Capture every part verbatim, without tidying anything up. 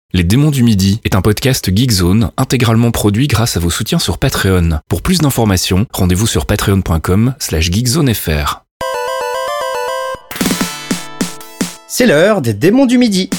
Les Démons du Midi est un podcast Geekzone intégralement produit grâce à vos soutiens sur Patreon. Pour plus d'informations, rendez-vous sur patreon.com slash geekzonefr. C'est l'heure des Démons du Midi.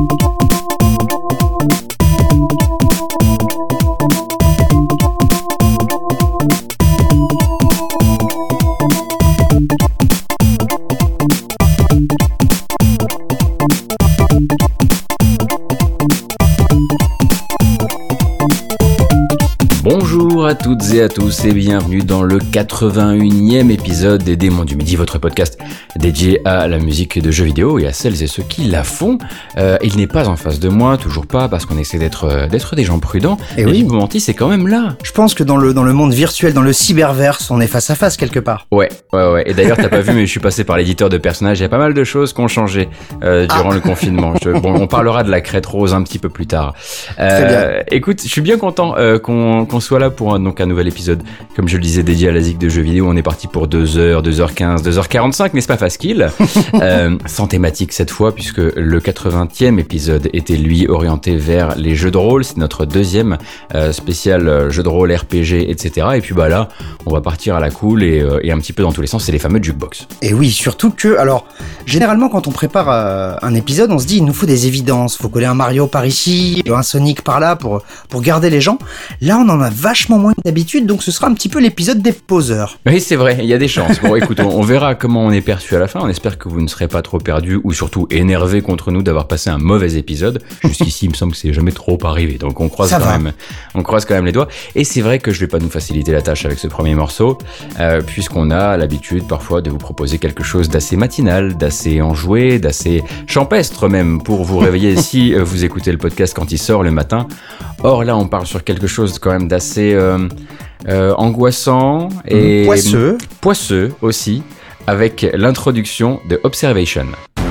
Bonjour à toutes et à tous et bienvenue dans le quatre-vingt-unième épisode des Démons du Midi, votre podcast dédié à la musique de jeux vidéo et à celles et ceux qui la font. Euh, il n'est pas en face de moi, toujours pas, parce qu'on essaie d'être euh, d'être des gens prudents. Et oui, Mantis c'est quand même là. Je pense que dans le dans le monde virtuel, dans le cyberverse, on est face à face quelque part. Ouais, ouais, ouais. Et d'ailleurs, t'as pas vu, mais je suis passé par l'éditeur de personnages. Il y a pas mal de choses qui ont changé euh, durant ah. le confinement. Je, bon, on parlera de la crête rose un petit peu plus tard. Euh, Très bien. Écoute, je suis bien content euh, qu'on qu'on soit là pour un, donc un nouvel épisode, comme je le disais, dédié à la zig de jeux vidéo. On est parti pour deux heures, deux heures quinze, deux heures quarante-cinq, n'est-ce pas Faskill? euh, Sans thématique cette fois, puisque le quatre-vingtième épisode était lui orienté vers les jeux de rôle. C'est notre deuxième euh, spécial euh, jeu de rôle, R P G, et cetera. Et puis bah là, on va partir à la cool et, euh, et un petit peu dans tous les sens, c'est les fameux jukebox. Et oui, surtout que, alors, généralement quand on prépare euh, un épisode, on se dit il nous faut des évidences, faut coller un Mario par ici, un Sonic par là pour, pour garder les gens. Là, on en a vachement moins que d'habitude, donc ce sera un petit peu l'épisode des poseurs. Oui, c'est vrai, il y a des chances. Bon, écoute, on, on verra comment on est perçu à la fin. On espère que vous ne serez pas trop perdus ou surtout énervés contre nous d'avoir passé un mauvais épisode. Jusqu'ici, il me semble que c'est jamais trop arrivé, donc on croise Ça quand va. même, on croise quand même les doigts. Et c'est vrai que je vais pas nous faciliter la tâche avec ce premier morceau, euh, puisqu'on a l'habitude parfois de vous proposer quelque chose d'assez matinal, d'assez enjoué, d'assez champestre même pour vous réveiller si euh, vous écoutez le podcast quand il sort le matin. Or là, on parle sur quelque chose quand même d'assez euh, euh, angoissant et Poisseux. poisseux aussi, avec l'introduction de Observation.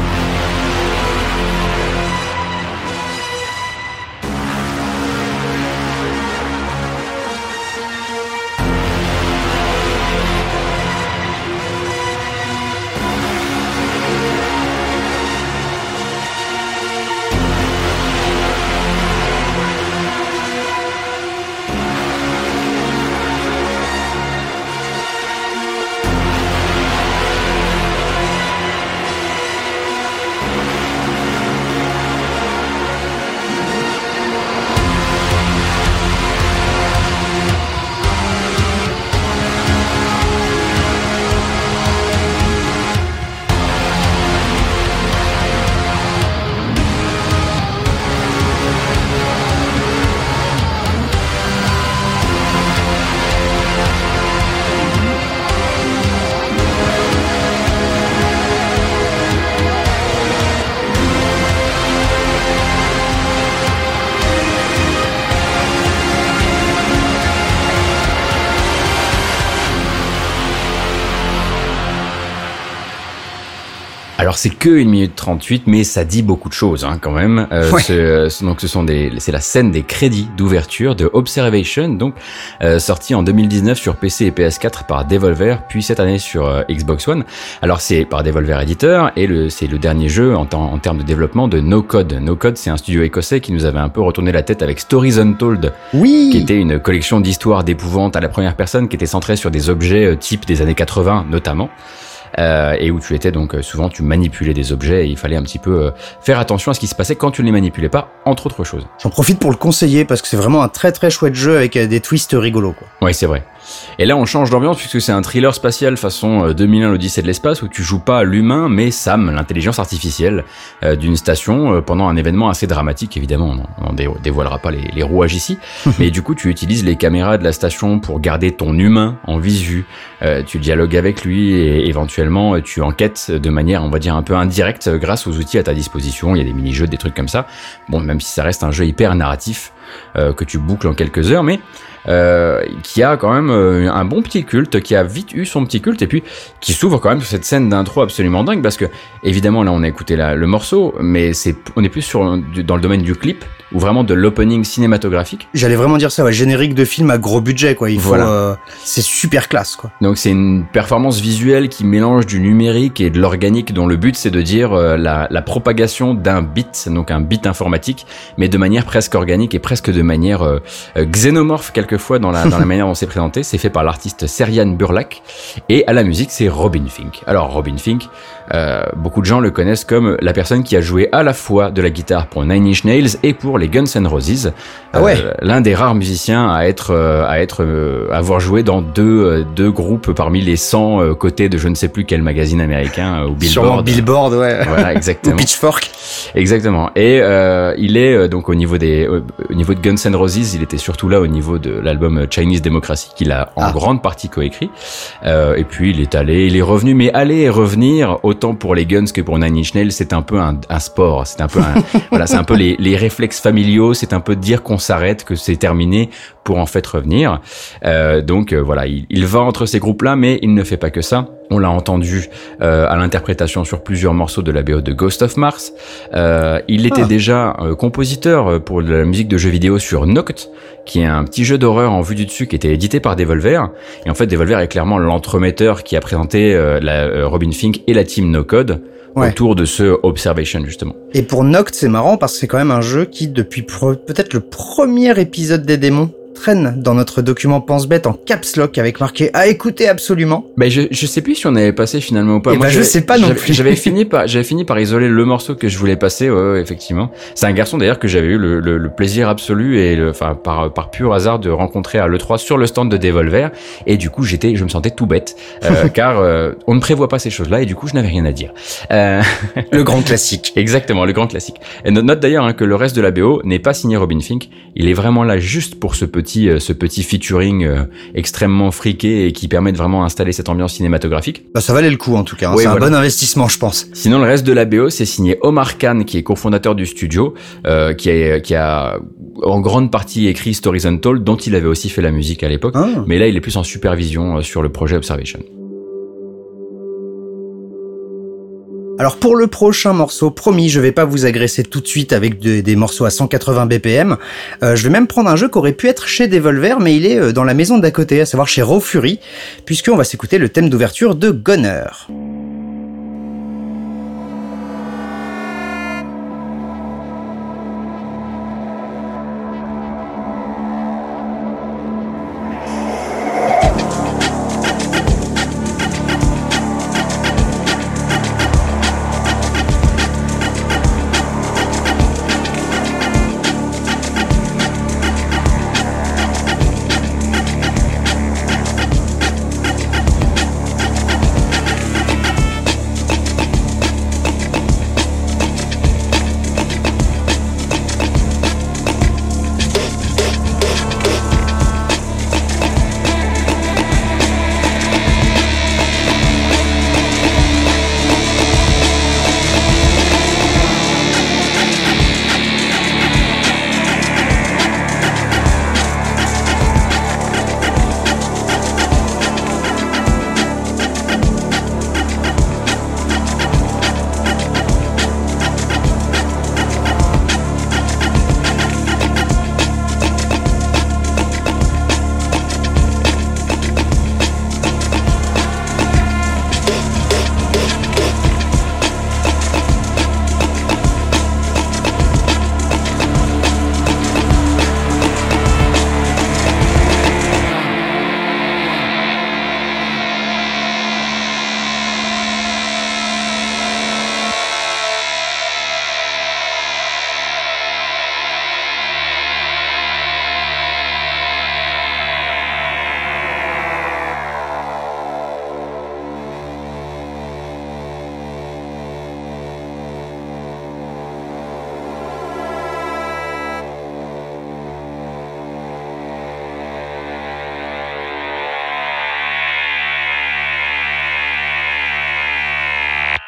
Alors c'est que une minute trente-huit, mais ça dit beaucoup de choses hein, quand même. Euh, ouais. ce, ce, donc ce sont des, c'est la scène des crédits d'ouverture de Observation, donc euh, sorti en deux mille dix-neuf sur P C et P S quatre par Devolver, puis cette année sur euh, Xbox One. Alors c'est par Devolver éditeur et le, c'est le dernier jeu en, en, en termes de développement de No Code. No Code, c'est un studio écossais qui nous avait un peu retourné la tête avec Stories Untold, Oui. qui était une collection d'histoires d'épouvante à la première personne, qui était centrée sur des objets euh, type des années quatre-vingts notamment. Euh, et où tu étais donc euh, souvent tu manipulais des objets et il fallait un petit peu euh, faire attention à ce qui se passait quand tu ne les manipulais pas, entre autres choses. J'en profite pour le conseiller parce que c'est vraiment un très très chouette jeu avec euh, des twists rigolos quoi. Oui, c'est vrai. Et là, on change d'ambiance puisque c'est un thriller spatial façon deux mille un, l'Odyssée de l'espace, où tu joues pas l'humain, mais Sam, l'intelligence artificielle euh, d'une station euh, pendant un événement assez dramatique. Évidemment, on n'en dévoilera pas les, les rouages ici, mais du coup, tu utilises les caméras de la station pour garder ton humain en visu. Euh, tu dialogues avec lui et éventuellement, tu enquêtes de manière, on va dire, un peu indirecte grâce aux outils à ta disposition. Il y a des mini-jeux, des trucs comme ça. Bon, même si ça reste un jeu hyper narratif, euh, que tu boucles en quelques heures, mais Euh, qui a quand même euh, un bon petit culte, qui a vite eu son petit culte, et puis qui s'ouvre quand même sur cette scène d'intro absolument dingue, parce que évidemment là on a écouté la, le morceau, mais c'est on est plus sur dans le domaine du clip ou vraiment de l'opening cinématographique. J'allais vraiment dire ça, ouais, générique de film à gros budget, quoi. Il faut, voilà. euh, c'est super classe, quoi. Donc c'est une performance visuelle qui mélange du numérique et de l'organique, dont le but c'est de dire euh, la, la propagation d'un bit, donc un bit informatique, mais de manière presque organique et presque de manière euh, euh, xénomorphe quelquefois dans la dans la manière dont c'est présenté. C'est fait par l'artiste Serian Burlak, et à la musique c'est Robin Fink. Alors Robin Fink, euh, beaucoup de gens le connaissent comme la personne qui a joué à la fois de la guitare pour Nine Inch Nails et pour les Guns N' Roses. Ah ouais. Euh, l'un des rares musiciens à être euh, à être euh, à avoir joué dans deux euh, deux groupes parmi les cent euh, côtés de je ne sais plus quel magazine américain euh, ou Billboard. Sûrement Billboard, ouais. Voilà, exactement. Ou Pitchfork. Exactement. Et euh, il est euh, donc au niveau des euh, au niveau de Guns N' Roses, il était surtout là au niveau de l'album Chinese Democracy qu'il a en ah. grande partie coécrit. Euh, et puis il est allé, il est revenu, mais aller et revenir autant pour les Guns que pour Nine Inch Nails, c'est un peu un, un sport. C'est un peu un, voilà, c'est un peu les, les réflexes familiaux. C'est un peu de dire qu'on s'arrête, que c'est terminé, pour en fait revenir. Euh, donc euh, voilà, il, il va entre ces groupes-là, mais il ne fait pas que ça. On l'a entendu euh, à l'interprétation sur plusieurs morceaux de la B O de Ghost of Mars. Euh, il était ah. déjà euh, compositeur pour de la musique de jeux vidéo sur Noct, qui est un petit jeu d'horreur en vue du dessus qui était édité par Devolver. Et en fait, Devolver est clairement l'entremetteur qui a présenté euh, la, euh, Robin Fink et la team No Code ouais. autour de ce Observation, justement. Et pour Noct, c'est marrant parce que c'est quand même un jeu qui, depuis pro- peut-être le premier épisode des démons, traîne dans notre document pense-bête en caps lock avec marqué à écouter absolument. Ben je je sais plus si on avait passé finalement ou pas. Et Moi, ben je sais pas non j'avais, plus. J'avais fini par j'avais fini par isoler le morceau que je voulais passer. Ouais, ouais effectivement. C'est un garçon d'ailleurs que j'avais eu le, le, le plaisir absolu et le, enfin par par pur hasard de rencontrer à l'E trois sur le stand de Devolver, et du coup j'étais je me sentais tout bête euh, car euh, on ne prévoit pas ces choses-là et du coup je n'avais rien à dire. Euh... le grand classique. Exactement, le grand classique. Et note d'ailleurs hein, que le reste de la B O n'est pas signé Robin Fink. Il est vraiment là juste pour ce petit ce petit featuring euh, extrêmement friqué et qui permet de vraiment installer cette ambiance cinématographique. Bah ça valait le coup en tout cas, hein. Oui, c'est voilà. un bon investissement je pense. Sinon le reste de la B O c'est signé Omar Khan qui est cofondateur du studio, euh, qui, a, qui a en grande partie écrit Stories Untold dont il avait aussi fait la musique à l'époque, ah. mais là il est plus en supervision euh, sur le projet Observation. Alors pour le prochain morceau, promis, je vais pas vous agresser tout de suite avec de, des morceaux à cent quatre-vingts B P M. Euh, je vais même prendre un jeu qui aurait pu être chez Devolver, mais il est euh, dans la maison d'à côté, à savoir chez Raw Fury, puisqu'on va s'écouter le thème d'ouverture de Gunner.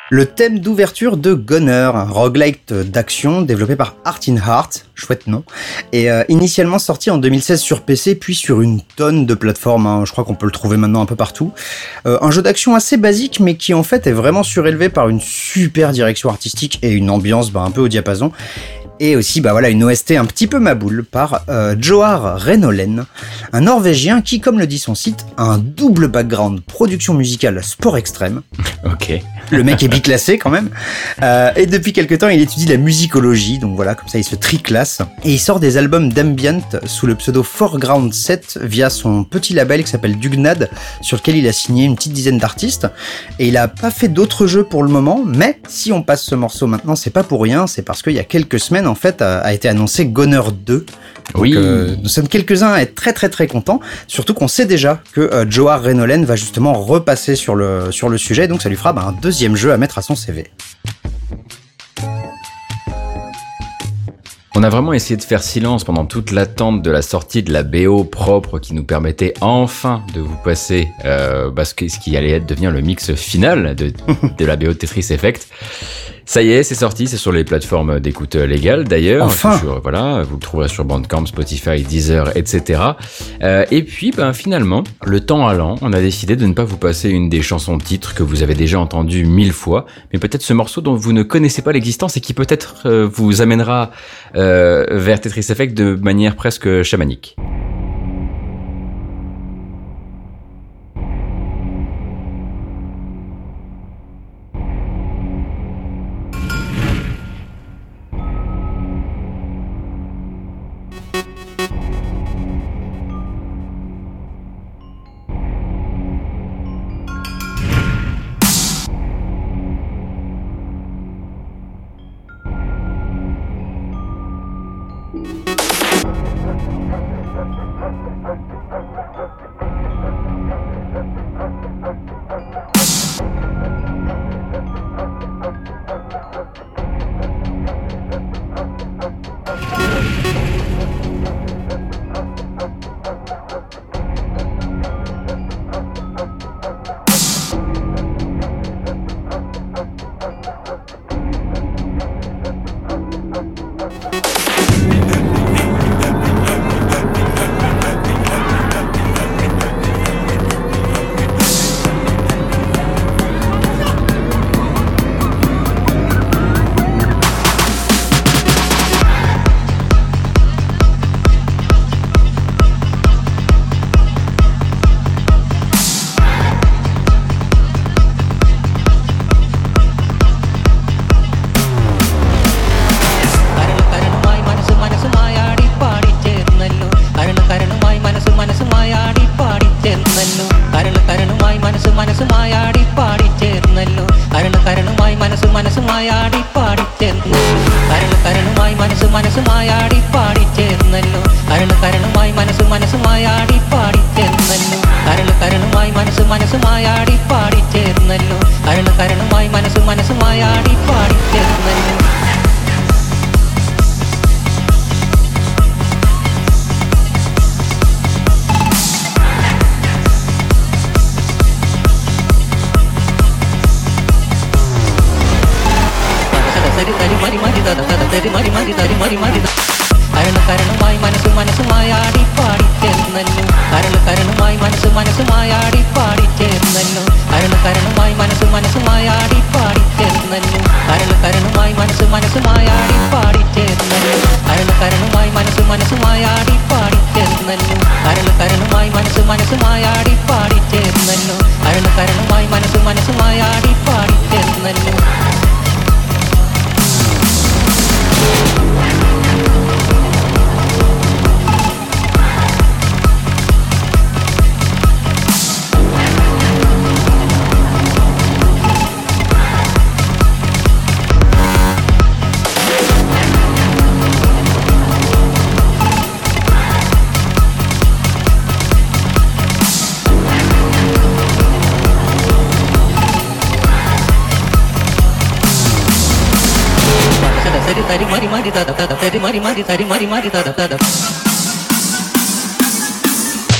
Le thème d'ouverture de Gunner, un roguelite d'action développé par Art in Heart, chouette nom, et euh, initialement sorti en deux mille seize sur P C, puis sur une tonne de plateformes, hein, je crois qu'on peut le trouver maintenant un peu partout. Euh, un jeu d'action assez basique, mais qui en fait est vraiment surélevé par une super direction artistique et une ambiance bah, un peu au diapason. Et aussi, bah voilà, une O S T un petit peu maboule par euh, Joar Renolen, un Norvégien qui, comme le dit son site, a un double background production musicale sport extrême. Ok. Le mec est biclassé quand même. Euh, et depuis quelque temps, il étudie la musicologie, donc voilà, comme ça il se triclasse. Et il sort des albums d'ambient sous le pseudo Foreground sept via son petit label qui s'appelle Dugnad, sur lequel il a signé une petite dizaine d'artistes. Et il a pas fait d'autres jeux pour le moment, mais si on passe ce morceau maintenant, c'est pas pour rien, c'est parce qu'il y a quelques semaines, en fait, a, a été annoncé Gunner deux. Donc, oui. Euh, nous sommes quelques-uns à être très très très contents, surtout qu'on sait déjà que euh, Joar Renolen va justement repasser sur le, sur le sujet, donc ça lui fera bah, un deuxième jeu à mettre à son C V. On a vraiment essayé de faire silence pendant toute l'attente de la sortie de la B O propre qui nous permettait enfin de vous passer euh, bah, ce qui allait être devenir le mix final de, de la B O de Tetris Effect. Ça y est, c'est sorti, c'est sur les plateformes d'écoute légales d'ailleurs. Enfin. Sur, voilà, vous le trouverez sur Bandcamp, Spotify, Deezer, et cetera. Euh, et puis, ben finalement, le temps allant, on a décidé de ne pas vous passer une des chansons titres que vous avez déjà entendues mille fois, mais peut-être ce morceau dont vous ne connaissez pas l'existence et qui peut-être euh, vous amènera euh, vers Tetris Effect de manière presque chamanique.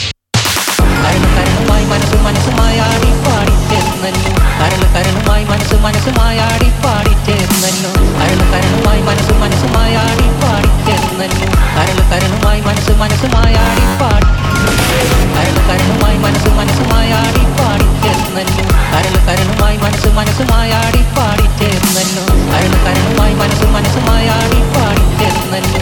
മനസ്സുമായി മനസ്സ് മായാടി പാടിച്ചേർന്നല്ലോ കരൾ കരളുമായി മനസ്സ് മനസ്സ് മായാടി പാടിച്ചേർന്നല്ലോ കരളു കരളുമായി മനസ്സ് മനസ്സ് മായാടി പാടിച്ചേർന്നല്ലോ കരളു കരളുമായി മനസ്സ് മനസ്സ് മായാടി പാടി കരളു കരളുമായി മനസ്സ് മനസ്സ് മായാടി പാടിച്ചേർന്നല്ലോ കരളു കരളുമായി മനസ്സ് മനസ്സ് മായാടി പാടിച്ചേർന്നല്ലോ കരളു കരളുമായി മനസ്സ് മനസ്സ് മായാടി പാടിച്ചേർന്നല്ലോ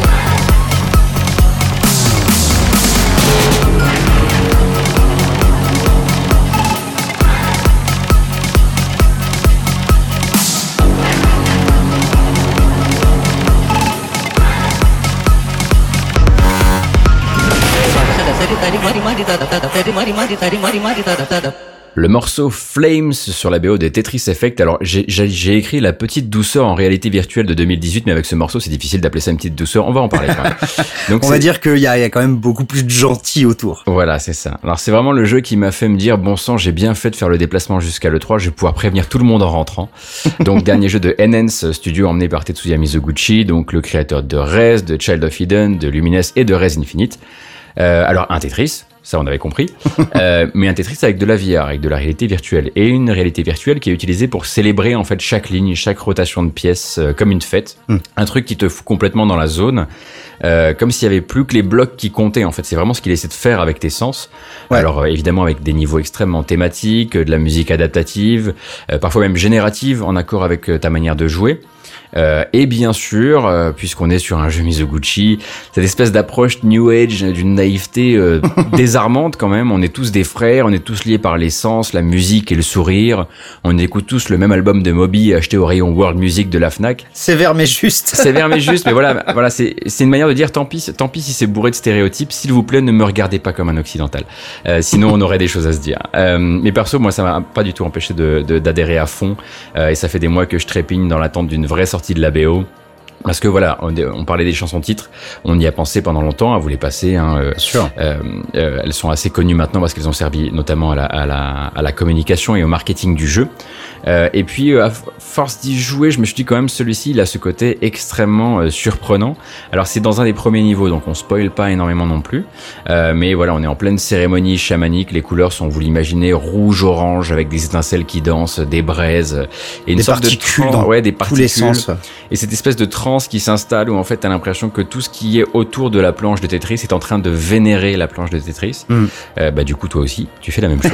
Le morceau Flames sur la B O de Tetris Effect. Alors j'ai, j'ai, j'ai écrit la petite douceur en réalité virtuelle de deux mille dix-huit, mais avec ce morceau c'est difficile d'appeler ça une petite douceur. On va en parler quand même. Donc, on va dire qu'il y a, il y a quand même beaucoup plus de gentil autour. Voilà, c'est ça. Alors c'est vraiment le jeu qui m'a fait me dire bon sang, j'ai bien fait de faire le déplacement jusqu'à l'E trois, je vais pouvoir prévenir tout le monde en rentrant. Donc dernier jeu de Enhance Studio emmené par Tetsuya Mizoguchi, donc le créateur de Rez, de Child of Eden, de Lumines et de Rez Infinite. Euh, alors un Tetris, ça on avait compris, euh, mais un Tetris avec de la V R, avec de la réalité virtuelle, et une réalité virtuelle qui est utilisée pour célébrer en fait chaque ligne, chaque rotation de pièces euh, comme une fête, mm. un truc qui te fout complètement dans la zone, euh, comme s'il y avait plus que les blocs qui comptaient en fait. C'est vraiment ce qu'il essaie de faire avec tes sens. Ouais. Alors euh, évidemment avec des niveaux extrêmement thématiques, de la musique adaptative, euh, parfois même générative en accord avec euh, ta manière de jouer. Euh, et bien sûr, euh, puisqu'on est sur un jeu Mizoguchi, cette espèce d'approche New Age d'une naïveté euh, désarmante quand même. On est tous des frères, on est tous liés par l'essence, la musique et le sourire. On écoute tous le même album de Moby acheté au rayon World Music de la Fnac. Sévère mais juste. Sévère mais juste, mais voilà, voilà, c'est c'est une manière de dire tant pis, tant pis si c'est bourré de stéréotypes. S'il vous plaît, ne me regardez pas comme un occidental. Euh, sinon, on aurait des choses à se dire. Euh, mais perso, moi, ça m'a pas du tout empêché de, de d'adhérer à fond. Euh, et ça fait des mois que je trépigne dans l'attente d'une vraie sortie de la B O. Parce que voilà, on, on parlait des chansons titres, on y a pensé pendant longtemps à vous les passer. Hein, euh, Sûr. Euh, euh, elles sont assez connues maintenant parce qu'elles ont servi notamment à la, à la, à la communication et au marketing du jeu. Euh, et puis euh, à force d'y jouer, je me suis dit quand même celui-ci il a ce côté extrêmement euh, surprenant. Alors c'est dans un des premiers niveaux, donc on spoil pas énormément non plus. Euh, mais voilà, on est en pleine cérémonie chamanique. Les couleurs sont, vous l'imaginez, rouge, orange avec des étincelles qui dansent, des braises et une des sorte particules de dans ouais, des particules. tous les sens. Et cette espèce de transe qui s'installe où en fait t'as l'impression que tout ce qui est autour de la planche de Tetris est en train de vénérer la planche de Tetris. Mm. Euh, bah du coup toi aussi tu fais la même chose.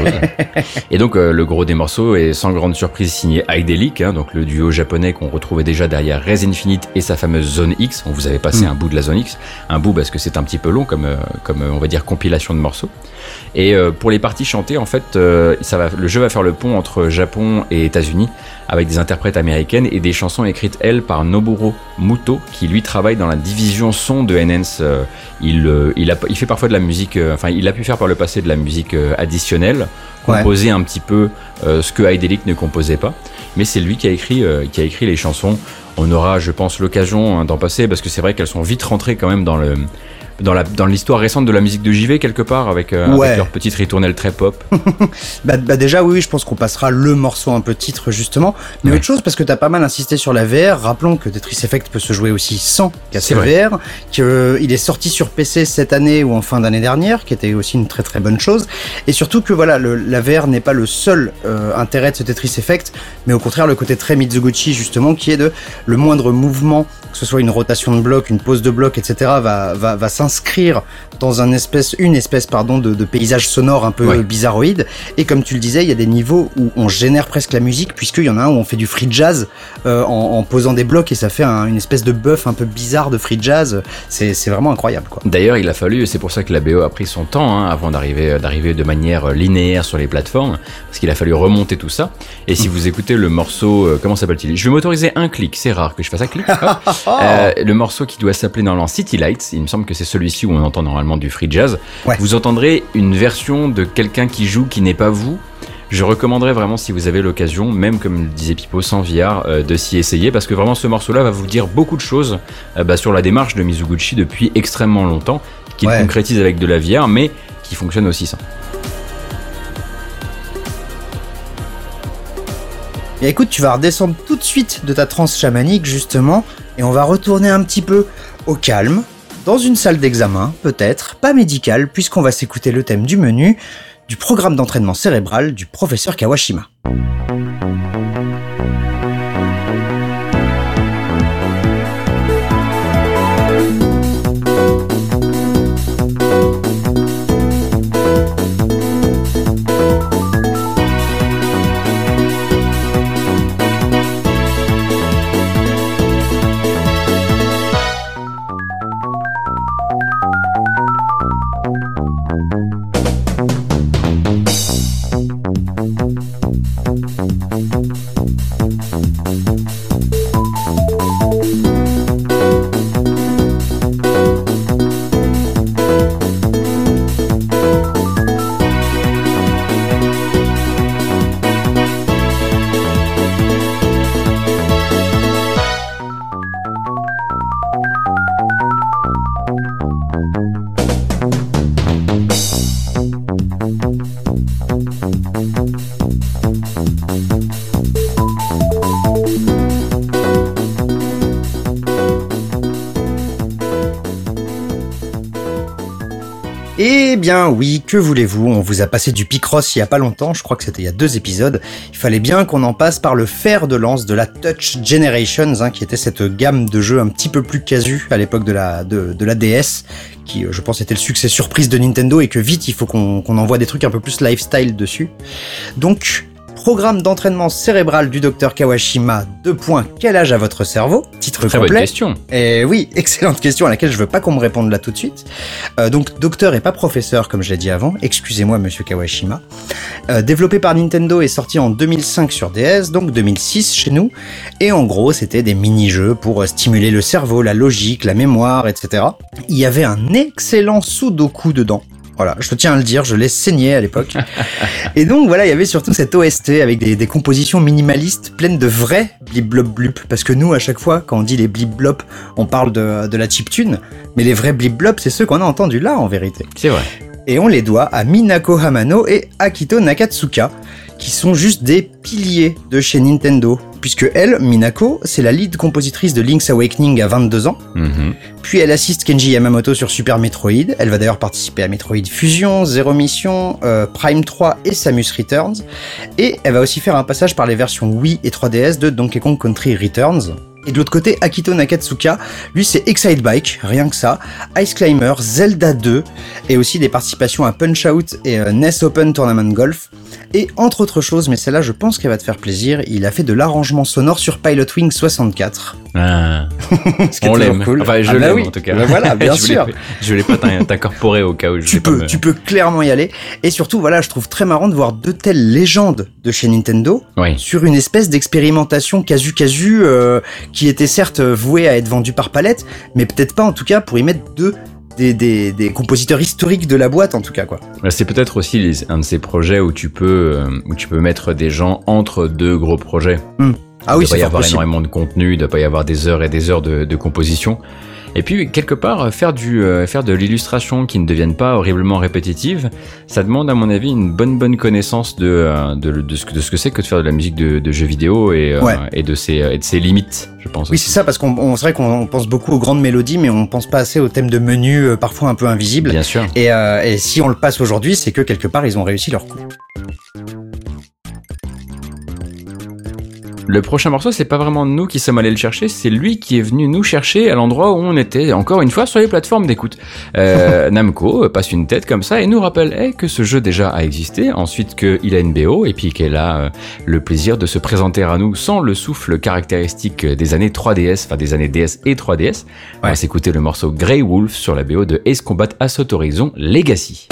Et donc euh, le gros des morceaux est sans grande surprise signé Idelic, hein, donc le duo japonais qu'on retrouvait déjà derrière Rez Infinite et sa fameuse Zone X. On vous avait passé mm. un bout de la Zone X, un bout parce que c'est un petit peu long comme euh, comme on va dire compilation de morceaux. Et euh, pour les parties chantées en fait euh, ça va, le jeu va faire le pont entre Japon et États-Unis avec des interprètes américaines et des chansons écrites elles par Noboru Muto qui lui travaille dans la division son de Enhance. Euh, il euh, il a il fait parfois de la musique, euh, enfin il a pu faire par le passé de la musique euh, additionnelle, composer ouais. un petit peu euh, ce que Idelic ne composait pas, mais c'est lui qui a écrit euh, qui a écrit les chansons. On aura, je pense, l'occasion hein, d'en passer parce que c'est vrai qu'elles sont vite rentrées quand même dans le dans la dans l'histoire récente de la musique de J V quelque part avec, euh, ouais. avec leur petite ritournelle très pop. bah, bah déjà oui, oui, je pense qu'on passera le morceau un peu titre justement. Mais ouais. autre chose parce que t'as pas mal insisté sur la V R. Rappelons que Tetris Effect peut se jouer aussi sans casque V R. Qu'il euh, est sorti sur P C cette année ou en fin d'année dernière, qui était aussi une très très bonne chose. Et surtout que voilà, le, la V R n'est pas le seul euh, intérêt de ce Tetris Effect, mais au contraire le côté très Mizoguchi justement, qui est de le moindre mouvement, que ce soit une rotation de bloc, une pose de bloc, et cetera, va va va s'inscrire dans un espèce, une espèce pardon de, de paysage sonore un peu ouais. bizarroïde. Et comme tu le disais, il y a des niveaux où on génère presque la musique, puisqu'il y en a un où on fait du free jazz euh, en, en posant des blocs et ça fait un, une espèce de buff un peu bizarre de free jazz. C'est, c'est vraiment incroyable, quoi. D'ailleurs, il a fallu, et c'est pour ça que la B O a pris son temps hein, avant d'arriver, d'arriver de manière linéaire sur les plateformes, parce qu'il a fallu remonter tout ça. Et si mmh. vous écoutez le morceau, euh, comment s'appelle-t-il ? Je vais m'autoriser un clic, c'est rare que je fasse un clic. euh, le morceau qui doit s'appeler normalement City Lights, il me semble que c'est celui-ci où on entend normalement du free jazz. Ouais. Vous entendrez une version de quelqu'un qui joue qui n'est pas vous. Je recommanderais vraiment, si vous avez l'occasion, même comme le disait Pipo, sans V R, euh, de s'y essayer, parce que vraiment ce morceau-là va vous dire beaucoup de choses euh, bah, sur la démarche de Mizoguchi depuis extrêmement longtemps, qu'il ouais. concrétise avec de la V R, mais qui fonctionne aussi sans. Et écoute, tu vas redescendre tout de suite de ta transe chamanique, justement, et on va retourner un petit peu au calme, dans une salle d'examen, peut-être, pas médicale, puisqu'on va s'écouter le thème du menu, du programme d'entraînement cérébral du professeur Kawashima. Eh bien oui, que voulez-vous, on vous a passé du Picross il y a pas longtemps, je crois que c'était il y a deux épisodes. Il fallait bien qu'on en passe par le fer de lance de la Touch Generations, hein, qui était cette gamme de jeux un petit peu plus casu à l'époque de la, de, de la D S, qui je pense était le succès surprise de Nintendo et que vite il faut qu'on, qu'on envoie des trucs un peu plus lifestyle dessus. Donc... Programme d'entraînement cérébral du docteur Kawashima, deux points, quel âge a votre cerveau? Titre Très complet. bonne question. Et oui, excellente question à laquelle je veux pas qu'on me réponde là tout de suite. Euh, donc, docteur et pas professeur, comme je l'ai dit avant. Excusez-moi, monsieur Kawashima. Euh, développé par Nintendo et sorti en deux mille cinq sur D S, donc deux mille six chez nous. Et en gros, c'était des mini-jeux pour stimuler le cerveau, la logique, la mémoire, et cetera. Il y avait un excellent Sudoku dedans. Voilà, je tiens à le dire, je l'ai saigné à l'époque. Et donc voilà, il y avait surtout cette O S T avec des, des compositions minimalistes pleines de vrais blip blop blup. Parce que nous, à chaque fois, quand on dit les blip blop, on parle de, de la chiptune. Mais les vrais blip blop, c'est ceux qu'on a entendus là, en vérité. C'est vrai. Et on les doit à Minako Hamano et Akito Nakatsuka, qui sont juste des piliers de chez Nintendo. Puisque elle, Minako, c'est la lead compositrice de Link's Awakening à vingt-deux ans. Mm-hmm. Puis elle assiste Kenji Yamamoto sur Super Metroid. Elle va d'ailleurs participer à Metroid Fusion, Zero Mission, euh, Prime trois et Samus Returns. Et elle va aussi faire un passage par les versions Wii et trois D S de Donkey Kong Country Returns. Et de l'autre côté, Akito Nakatsuka, lui c'est Excite Bike, rien que ça, Ice Climber, Zelda deux, et aussi des participations à Punch-Out et euh, N E S Open Tournament Golf. Et entre autres choses, mais celle-là je pense qu'elle va te faire plaisir, il a fait de l'arrangement sonore sur Pilot Wing soixante-quatre. Ah. Ce qui est On toujours l'aime. cool. Enfin, je Ah bah l'aime oui. en tout cas. Bah voilà, bien je voulais, sûr. Je voulais pas t'in- t'incorporer au cas où je Tu vais pas peux, me- tu peux clairement y aller. Et surtout, voilà, je trouve très marrant de voir deux telles légendes de chez Nintendo Oui. sur une espèce d'expérimentation casu-casu euh, qui était certes vouée à être vendue par palette, mais peut-être pas en tout cas pour y mettre deux des, des, des compositeurs historiques de la boîte en tout cas quoi. C'est peut-être aussi les- un de ces projets où tu peux euh, où tu peux mettre des gens entre deux gros projets. Ah oui, Il doit c'est y fort avoir possible. énormément de contenu, il doit pas y avoir des heures et des heures de, de composition. Et puis quelque part faire du euh, faire de l'illustration qui ne devienne pas horriblement répétitive, ça demande à mon avis une bonne bonne connaissance de euh, de, de, ce, que, de ce que c'est que de faire de la musique de, de jeux vidéo et euh, Ouais. et de ses et de ses limites, je pense. Oui, aussi. c'est ça, parce qu'on on- c'est vrai qu'on pense beaucoup aux grandes mélodies, mais on pense pas assez aux thèmes de menu, euh, parfois un peu invisibles. Bien sûr. Et, euh, et si on le passe aujourd'hui, c'est que quelque part ils ont réussi leur coup. Le prochain morceau, c'est pas vraiment nous qui sommes allés le chercher, c'est lui qui est venu nous chercher à l'endroit où on était, encore une fois, sur les plateformes d'écoute. Euh, Namco passe une tête comme ça et nous rappelle eh, que ce jeu déjà a existé, ensuite qu'il a une B O et puis qu'elle a euh, le plaisir de se présenter à nous sans le souffle caractéristique des années trois D S, enfin des années D S et trois D S. On va Ouais. s'écouter le morceau Grey Wolf sur la B O de Ace Combat Assault Horizon Legacy.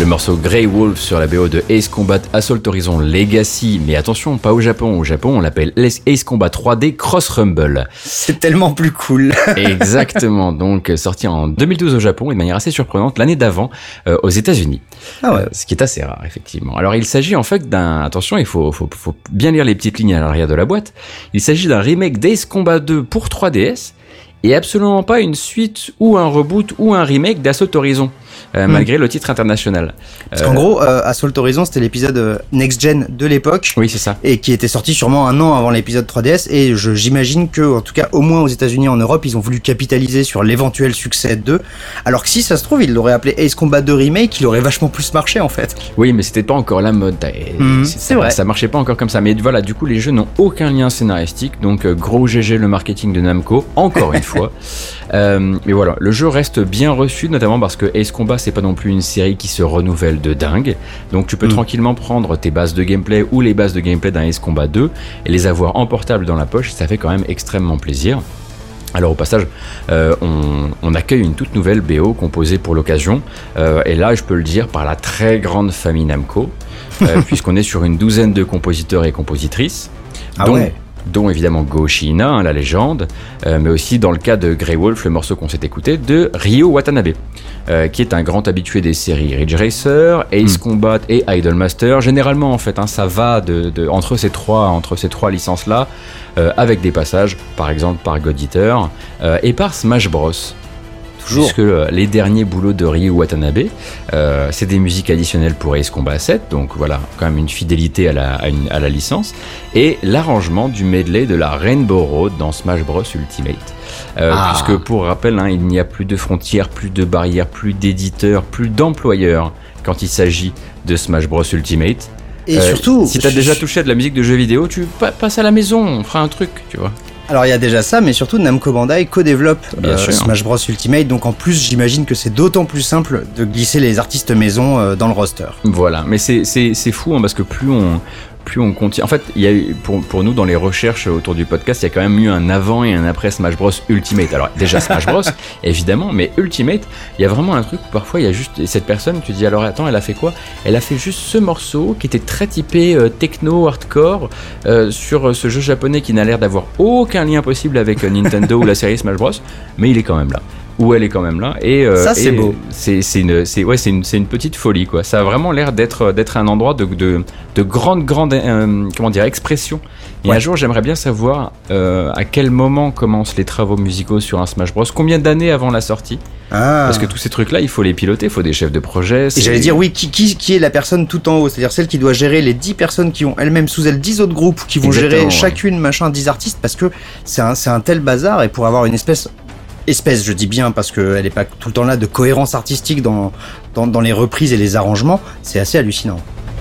Le morceau Grey Wolf sur la B O de Ace Combat Assault Horizon Legacy, mais attention, pas au Japon. Au Japon, on l'appelle Ace Combat trois D Cross Rumble. C'est tellement plus cool. Exactement, donc sorti en deux mille douze au Japon et de manière assez surprenante l'année d'avant euh, aux États-Unis. Ah ouais. Euh, ce qui est assez rare, effectivement. Alors, il s'agit en fait d'un... Attention, il faut, faut, faut bien lire les petites lignes à l'arrière de la boîte. Il s'agit d'un remake d'Ace Combat deux pour trois D S et absolument pas une suite ou un reboot ou un remake d'Assault Horizon. Euh, mmh. Malgré le titre international. Parce euh... qu'en gros, euh, Assault Horizon, c'était l'épisode euh, next-gen de l'époque. Oui, c'est ça. Et qui était sorti sûrement un an avant l'épisode trois D S. Et je, j'imagine que, en tout cas, au moins aux États-Unis et en Europe, ils ont voulu capitaliser sur l'éventuel succès de. Alors que si ça se trouve, ils l'auraient appelé Ace Combat deux Remake, il aurait vachement plus marché en fait. Oui, mais c'était pas encore la mode. Mmh, c'est, c'est vrai. Ça marchait pas encore comme ça. Mais voilà, du coup, les jeux n'ont aucun lien scénaristique. Donc, euh, gros G G le marketing de Namco, encore une fois. Euh, mais voilà, le jeu reste bien reçu, notamment parce que Ace Combat, c'est pas non plus une série qui se renouvelle de dingue. Donc tu peux mmh. tranquillement prendre tes bases de gameplay ou les bases de gameplay d'un Ace Combat deux et les avoir en portable dans la poche, ça fait quand même extrêmement plaisir. Alors au passage, euh, on, on accueille une toute nouvelle B O composée pour l'occasion, euh, et là je peux le dire par la très grande famille Namco, euh, puisqu'on est sur une douzaine de compositeurs et compositrices. Ah dont, ouais. dont évidemment Go Shiina, hein, la légende, euh, mais aussi dans le cas de Grey Wolf, le morceau qu'on s'est écouté, de Ryo Watanabe, euh, qui est un grand habitué des séries Ridge Racer, Ace mm. Combat et Idolmaster. Généralement en fait, hein, ça va de, de, entre, ces trois, entre ces trois licences-là, euh, avec des passages, par exemple par God Eater, euh, et par Smash Bros. Toujours. Puisque euh, les derniers boulots de Ryu Watanabe, euh, c'est des musiques additionnelles pour Ace Combat sept, donc voilà, quand même une fidélité à la, à une, à la licence, et l'arrangement du medley de la Rainbow Road dans Smash Bros Ultimate. Euh, ah. Puisque pour rappel, hein, il n'y a plus de frontières, plus de barrières, plus d'éditeurs, plus d'employeurs quand il s'agit de Smash Bros Ultimate. Et euh, surtout, si t'as je... déjà touché à de la musique de jeux vidéo, tu pa- passes à la maison, on fera un truc, tu vois. Alors il y a déjà ça, mais surtout Namco Bandai co-développe euh, Smash Bros Ultimate, donc en plus j'imagine que c'est d'autant plus simple de glisser les artistes maison euh, dans le roster. Voilà, mais c'est, c'est, c'est fou hein, parce que plus on... plus on continue. En fait, il y a eu, pour, pour nous, dans les recherches autour du podcast, il y a quand même eu un avant et un après Smash Bros Ultimate. Alors, déjà Smash Bros, évidemment, mais Ultimate, il y a vraiment un truc où parfois il y a juste cette personne, tu te dis alors attends, elle a fait quoi ? Elle a fait juste ce morceau qui était très typé euh, techno, hardcore, euh, sur ce jeu japonais qui n'a l'air d'avoir aucun lien possible avec euh, Nintendo ou la série Smash Bros, mais il est quand même là. Où elle est quand même là et euh, ça c'est et beau c'est c'est une c'est ouais c'est une c'est une petite folie quoi. Ça a vraiment l'air d'être d'être un endroit de de de grande grande euh, comment dire expression. Et ouais. Un jour j'aimerais bien savoir euh, à quel moment commencent les travaux musicaux sur un Smash Bros, combien d'années avant la sortie. Ah. Parce que tous ces trucs là il faut les piloter, il faut des chefs de projet. Et j'allais dire oui qui, qui qui est la personne tout en haut, c'est-à-dire celle qui doit gérer les dix personnes qui ont elles-mêmes sous elles dix autres groupes qui vont Exactement, gérer ouais. chacune machin dix artistes, parce que c'est un c'est un tel bazar, et pour avoir une espèce espèce, je dis bien parce qu'elle n'est pas tout le temps là, de cohérence artistique dans, dans, dans les reprises et les arrangements, c'est assez hallucinant.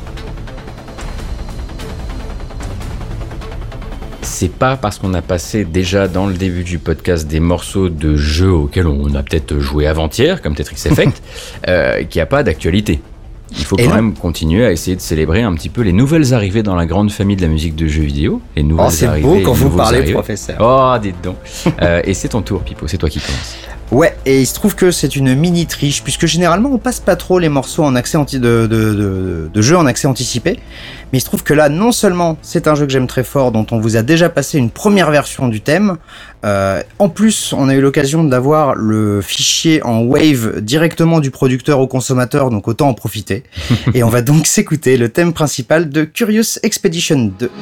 C'est pas parce qu'on a passé déjà dans le début du podcast des morceaux de jeux auxquels on a peut-être joué avant-hier, comme Tetris Effect, euh, qu'il n'y a pas d'actualité. Il faut et quand non. même continuer à essayer de célébrer un petit peu les nouvelles arrivées dans la grande famille de la musique de jeux vidéo. Les nouvelles oh, c'est arrivées, beau quand vous parlez, arrivées. Professeur. Oh, dites donc. euh, et c'est ton tour, Pipo, c'est toi qui commences. Ouais, et il se trouve que c'est une mini triche, puisque généralement on passe pas trop les morceaux en accès anti- de, de, de, de jeux en accès anticipé, mais il se trouve que là, non seulement c'est un jeu que j'aime très fort, dont on vous a déjà passé une première version du thème, euh, en plus on a eu l'occasion d'avoir le fichier en Wave directement du producteur au consommateur, donc autant en profiter, et on va donc s'écouter le thème principal de Curious Expedition deux.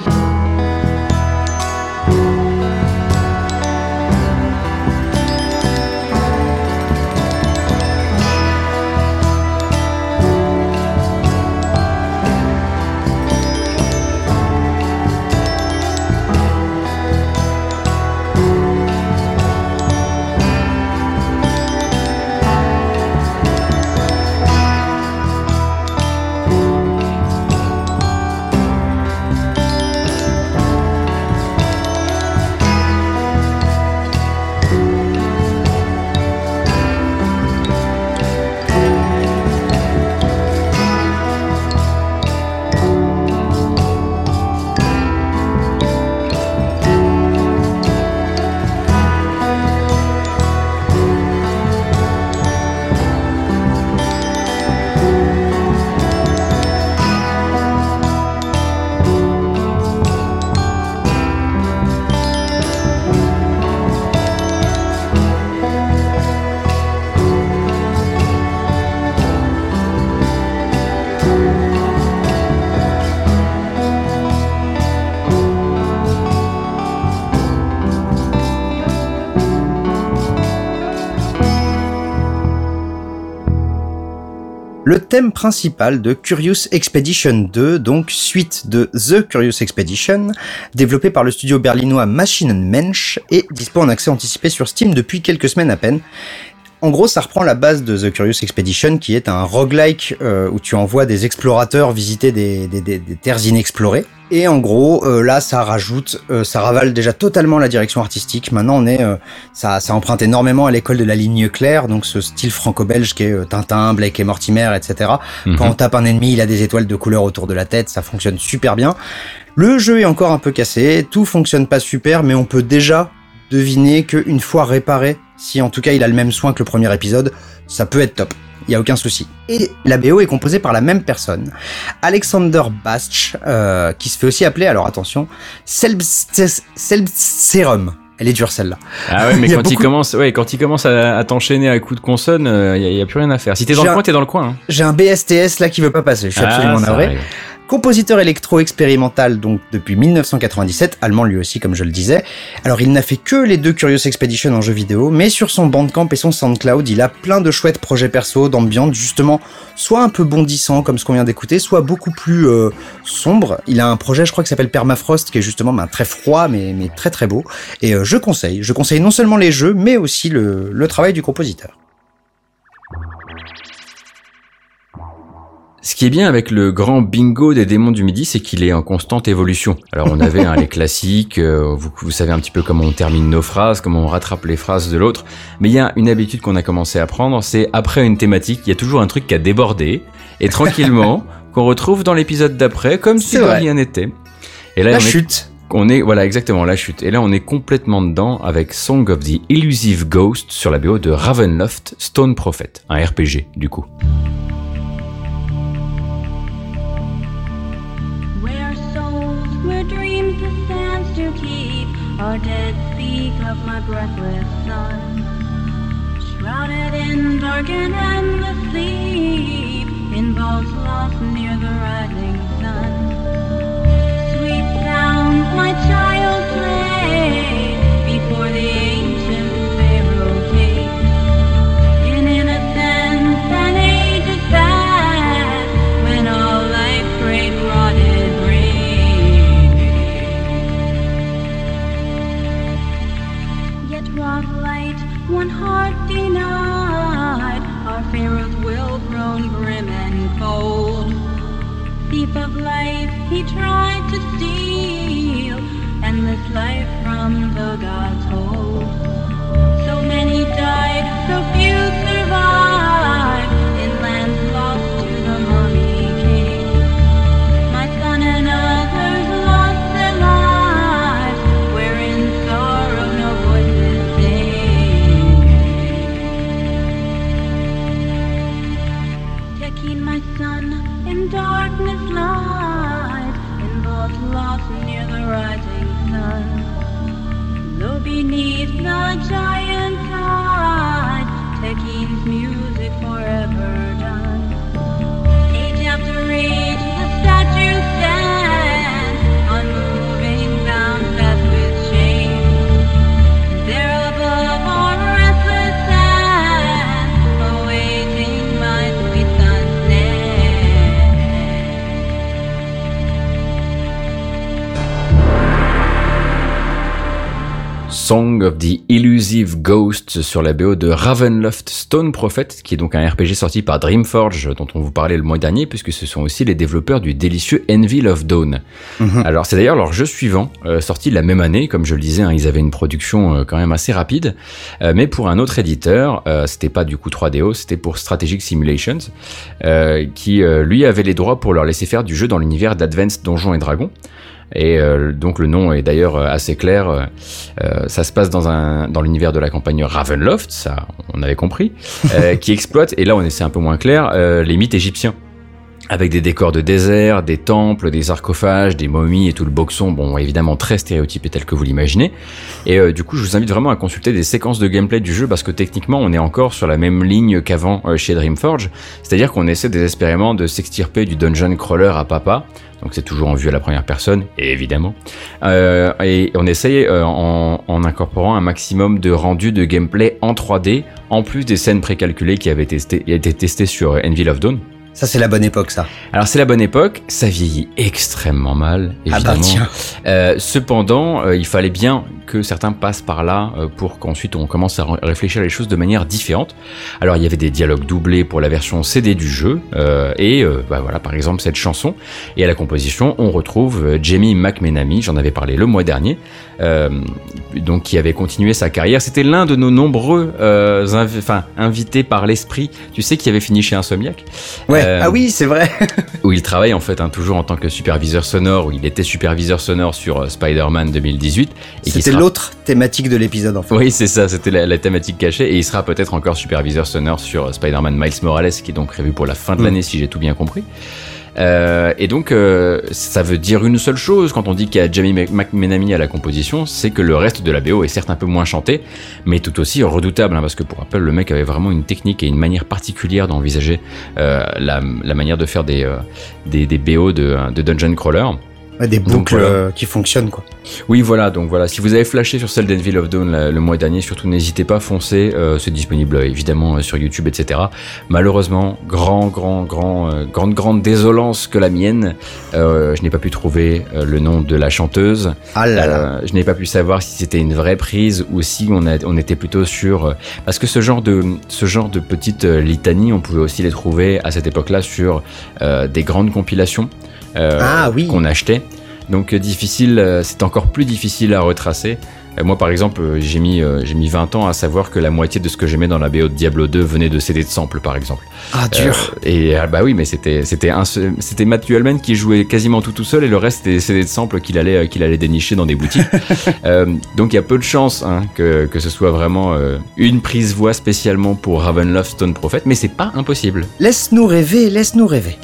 le thème principal de Curious Expedition deux, donc suite de The Curious Expedition, développé par le studio berlinois Maschinenmensch et dispo en accès anticipé sur Steam depuis quelques semaines à peine. En gros, ça reprend la base de The Curious Expedition, qui est un roguelike euh, où tu envoies des explorateurs visiter des, des, des, des terres inexplorées. Et en gros, euh, là, ça rajoute, euh, ça ravale déjà totalement la direction artistique. Maintenant, on est, euh, ça, ça emprunte énormément à l'école de la ligne claire, donc ce style franco-belge qui est euh, Tintin, Blake et Mortimer, et cetera. Mm-hmm. Quand on tape un ennemi, il a des étoiles de couleur autour de la tête, ça fonctionne super bien. Le jeu est encore un peu cassé, tout fonctionne pas super, mais on peut déjà deviner qu'une fois réparé, si en tout cas il a le même soin que le premier épisode, ça peut être top. Il y a aucun souci. Et la B O est composée par la même personne, Alexander Bastch, euh, qui se fait aussi appeler, alors attention, Selbstserum. Elle est dure celle-là. Ah ouais, mais il quand, beaucoup... il commence, ouais, quand il commence à, à t'enchaîner à coups de consonne, il euh, y, y a plus rien à faire. Si t'es dans j'ai le coin, un... t'es dans le coin. Hein. J'ai un B S T S là qui veut pas passer. Je suis ah, absolument navré. Arrive. Compositeur électro-expérimental donc depuis dix-neuf cent quatre-vingt-dix-sept, allemand lui aussi comme je le disais. Alors il n'a fait que les deux Curious Expedition en jeu vidéo, mais sur son Bandcamp et son SoundCloud, il a plein de chouettes projets perso, d'ambiance justement, soit un peu bondissant comme ce qu'on vient d'écouter, soit beaucoup plus euh, sombre. Il a un projet je crois qui s'appelle Permafrost qui est justement ben, très froid mais, mais très très beau. Et euh, je conseille, je conseille non seulement les jeux mais aussi le, le travail du compositeur. Ce qui est bien avec le grand bingo des démons du midi, c'est qu'il est en constante évolution. Alors on avait hein, les classiques, euh, vous, vous savez un petit peu comment on termine nos phrases, comment on rattrape les phrases de l'autre, mais il y a une habitude qu'on a commencé à prendre, c'est après une thématique, il y a toujours un truc qui a débordé, et tranquillement, qu'on retrouve dans l'épisode d'après, comme si de rien n'était. Et là, la on chute est, on est, voilà exactement, la chute. Et là on est complètement dedans avec Song of the Elusive Ghost sur la B O de Ravenloft Stone Prophet, un R P G du coup. Our dead speak of my breathless son, shrouded in dark and endless sleep, in vaults lost near the rising sun. Sweet sounds my child played before the ancient Pharaoh gate. In innocence and ages past, when all life's great rotted brain. Of light, one heart denied, our Pharaoh's will grown grim and cold. Thief of life, he tried to steal endless life from the gods' hold. So many died, so few survived, in lands lost to the mummy cave. My son and others lost their lives, wherein sorrow no voices. My son in darkness lies, in vault lost near the rising sun. Low beneath the giant tide, Tekin's music forever done. Age after age, the statue stands, unmoving, bound fast with shame. There above our restless sands, awaiting my sweet son. Song of the Elusive Ghost sur la B O de Ravenloft Stone Prophet, qui est donc un R P G sorti par Dreamforge, dont on vous parlait le mois dernier, puisque ce sont aussi les développeurs du délicieux Anvil of Dawn. Mm-hmm. Alors c'est d'ailleurs leur jeu suivant, euh, sorti la même année, comme je le disais, hein, ils avaient une production euh, quand même assez rapide, euh, mais pour un autre éditeur, euh, c'était pas du coup trois D O, c'était pour Strategic Simulations, euh, qui euh, lui avait les droits pour leur laisser faire du jeu dans l'univers d'Advanced Donjons et Dragons. Et euh, donc le nom est d'ailleurs assez clair, euh, ça se passe dans un dans l'univers de la campagne Ravenloft, ça on avait compris, euh, qui exploite, et là on est c'est un peu moins clair, euh, les mythes égyptiens. Avec des décors de désert, des temples, des sarcophages, des momies et tout le boxon, bon évidemment très stéréotypé tel que vous l'imaginez. Et euh, du coup je vous invite vraiment à consulter des séquences de gameplay du jeu, parce que techniquement on est encore sur la même ligne qu'avant euh, chez Dreamforge, c'est-à-dire qu'on essaie désespérément de s'extirper du dungeon crawler à papa, donc c'est toujours en vue à la première personne, évidemment, euh, et on essaye euh, en, en incorporant un maximum de rendu de gameplay en trois D, en plus des scènes précalculées qui avaient testé, été testées sur Anvil of Dawn. Ça, c'est la bonne époque, ça. Alors, c'est la bonne époque, ça vieillit extrêmement mal, évidemment. Ah bah tiens. Euh, cependant, euh, il fallait bien que certains passent par là euh, pour qu'ensuite on commence à re- réfléchir les choses de manière différente. Alors, il y avait des dialogues doublés pour la version C D du jeu, euh, et euh, bah voilà, par exemple, cette chanson. Et à la composition, on retrouve euh, Jamie McMenamy, j'en avais parlé le mois dernier, euh, donc qui avait continué sa carrière. C'était l'un de nos nombreux euh, inv- enfin, invités par l'esprit, tu sais, qui avait fini chez Insomniac. Ouais, Euh, ah oui, c'est vrai. où il travaille en fait hein, toujours en tant que superviseur sonore, où il était superviseur sonore sur euh, Spider-Man deux mille dix-huit. Et qui C'était sera... l'autre thématique de l'épisode, en fait. Oui, c'est ça, c'était la, la thématique cachée. Et il sera peut-être encore superviseur sonore sur euh, Spider-Man Miles Morales, qui est donc prévu pour la fin de Mm. l'année, si j'ai tout bien compris. Euh, et donc, euh, ça veut dire une seule chose quand on dit qu'il y a Jamie McMenamy à la composition, c'est que le reste de la B O est certes un peu moins chanté, mais tout aussi redoutable, hein, parce que pour rappel, le mec avait vraiment une technique et une manière particulière d'envisager euh, la, la manière de faire des, euh, des, des B O de, de Dungeon Crawler. Ouais, des Donc, boucles voilà. euh, qui fonctionnent, quoi. Oui, voilà, donc voilà, si vous avez flashé sur celle d'Envil of Dawn la- le mois dernier, surtout n'hésitez pas, foncez, euh, c'est disponible euh, évidemment euh, sur YouTube, et cetera. Malheureusement, grand, grand, grand, euh, grande, grande désolance que la mienne, euh, je n'ai pas pu trouver euh, le nom de la chanteuse. Ah là là. Euh, je n'ai pas pu savoir si c'était une vraie prise ou si on, a, on était plutôt sur... euh, parce que ce genre de, ce genre de petites euh, litanies, on pouvait aussi les trouver à cette époque-là sur euh, des grandes compilations euh, Ah oui. qu'on achetait. Donc euh, difficile, euh, c'est encore plus difficile à retracer. Euh, moi par exemple, euh, j'ai mis, euh, j'ai mis vingt ans à savoir que la moitié de ce que j'aimais dans la B O de Diablo deux venait de C D de sample par exemple. Ah, dur. Euh, et ah, bah oui, mais c'était c'était un seul- c'était Matthew Hellman qui jouait quasiment tout tout seul et le reste c'était des C D de sample qu'il allait euh, qu'il allait dénicher dans des boutiques. euh, donc il y a peu de chances hein, que que ce soit vraiment euh, une prise voix spécialement pour Ravenloft Stone Prophet, mais c'est pas impossible. Laisse-nous rêver, laisse-nous rêver.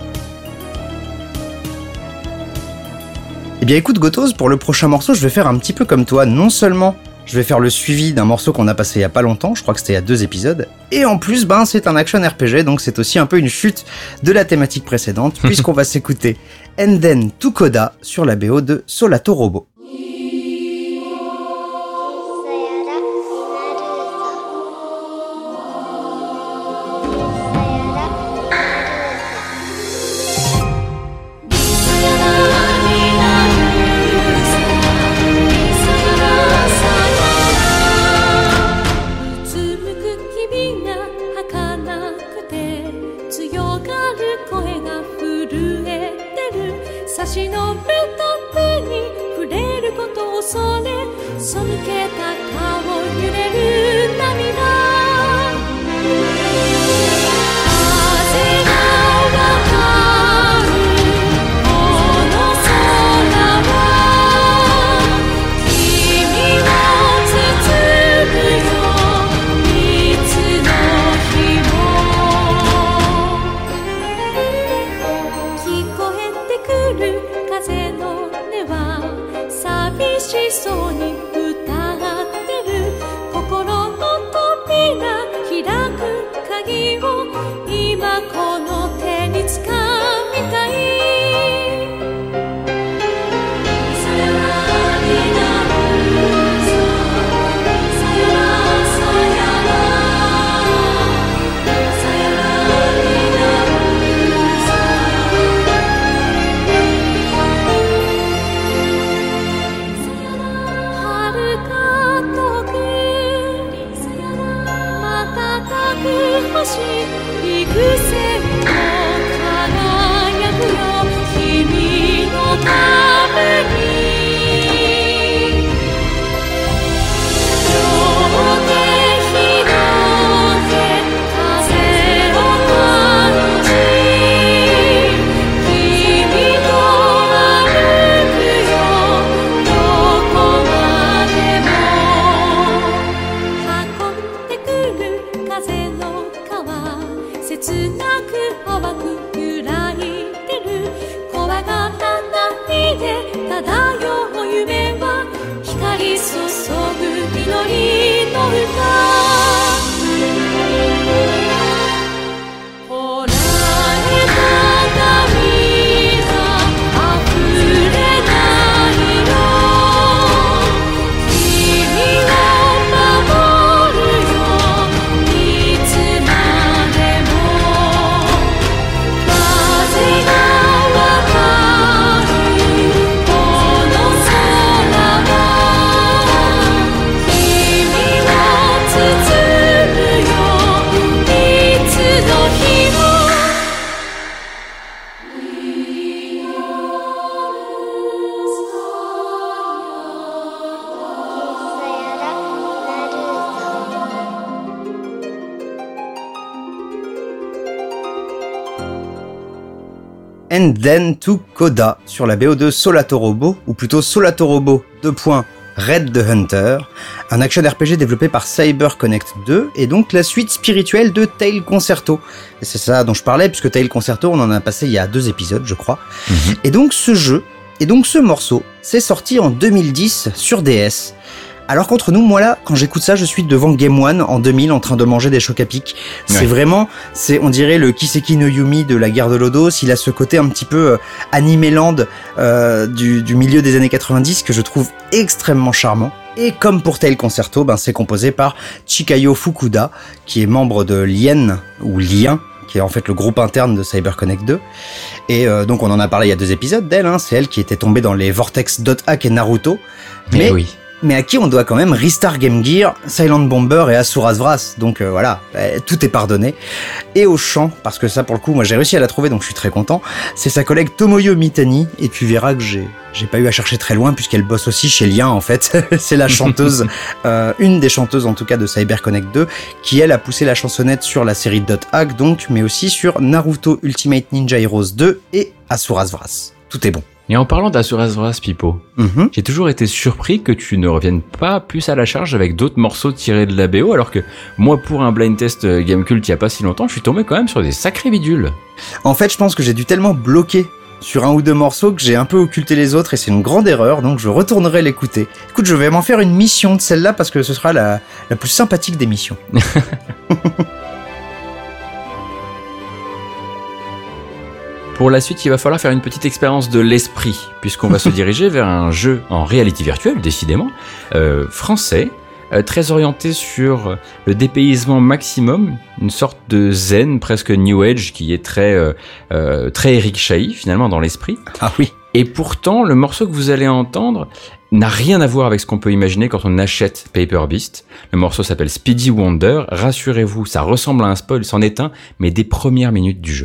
Eh bien écoute Gotos, pour le prochain morceau, je vais faire un petit peu comme toi. Non seulement je vais faire le suivi d'un morceau qu'on a passé il y a pas longtemps, je crois que c'était il y a deux épisodes, et en plus, ben c'est un action R P G, donc c'est aussi un peu une chute de la thématique précédente, puisqu'on va s'écouter Enden Tukoda sur la B O de Solato Robo. And Then to Coda sur la B O de Solatorobo, ou plutôt Solatorobo deux points Red the Hunter, un action R P G développé par CyberConnect deux, et donc la suite spirituelle de Tail Concerto. Et c'est ça dont je parlais, puisque Tail Concerto, on en a passé il y a deux épisodes, je crois. Mm-hmm. Et donc ce jeu, et donc ce morceau, c'est sorti en deux mille dix sur D S. Alors qu'entre nous, moi là, quand j'écoute ça, je suis devant Game One en deux mille en train de manger des chocs à pic. C'est ouais. vraiment, c'est, on dirait le Kiseki no Yumi de la guerre de Lodos. Il a ce côté un petit peu euh, Animeland euh, du, du milieu des années quatre-vingt-dix que je trouve extrêmement charmant. Et comme pour Tail Concerto, ben, c'est composé par Chikayo Fukuda, qui est membre de Lien, ou Lien, qui est en fait le groupe interne de CyberConnect deux. Et euh, donc on en a parlé il y a deux épisodes d'elle, hein. C'est elle qui était tombée dans les Vortex Dot Hack et Naruto. Mais eh oui. Mais à qui on doit quand même Ristar Game Gear, Silent Bomber et Asuras Vras. Donc euh, voilà, euh, tout est pardonné. Et au chant, parce que ça pour le coup, moi j'ai réussi à la trouver, donc je suis très content, c'est sa collègue Tomoyo Mitani. Et tu verras que j'ai j'ai pas eu à chercher très loin, puisqu'elle bosse aussi chez Lien en fait. C'est la chanteuse, euh, une des chanteuses en tout cas de CyberConnect deux, qui elle a poussé la chansonnette sur la série Dot Hack, donc, mais aussi sur Naruto Ultimate Ninja Heroes deux et Asuras Vras. Tout est bon. Et en parlant d'Asuras Vras, Pipo, mm-hmm. j'ai toujours été surpris que tu ne reviennes pas plus à la charge avec d'autres morceaux tirés de la B O, alors que moi, pour un blind test Gamecult il y a pas si longtemps, je suis tombé quand même sur des sacrés bidules. En fait, je pense que j'ai dû tellement bloquer sur un ou deux morceaux que j'ai un peu occulté les autres, et c'est une grande erreur, donc je retournerai l'écouter. Écoute, je vais m'en faire une mission de celle-là, parce que ce sera la, la plus sympathique des missions. Pour la suite, il va falloir faire une petite expérience de l'esprit, puisqu'on va se diriger vers un jeu en réalité virtuelle, décidément, euh, français, euh, très orienté sur le dépaysement maximum, une sorte de zen, presque New Age, qui est très, euh, euh, très Eric Chahi, finalement, dans l'esprit. Ah oui. Et pourtant, le morceau que vous allez entendre n'a rien à voir avec ce qu'on peut imaginer quand on achète Paper Beast. Le morceau s'appelle Speedy Wonder. Rassurez-vous, ça ressemble à un spoil, c'en est un, mais des premières minutes du jeu.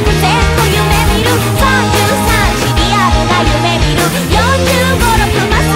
Yo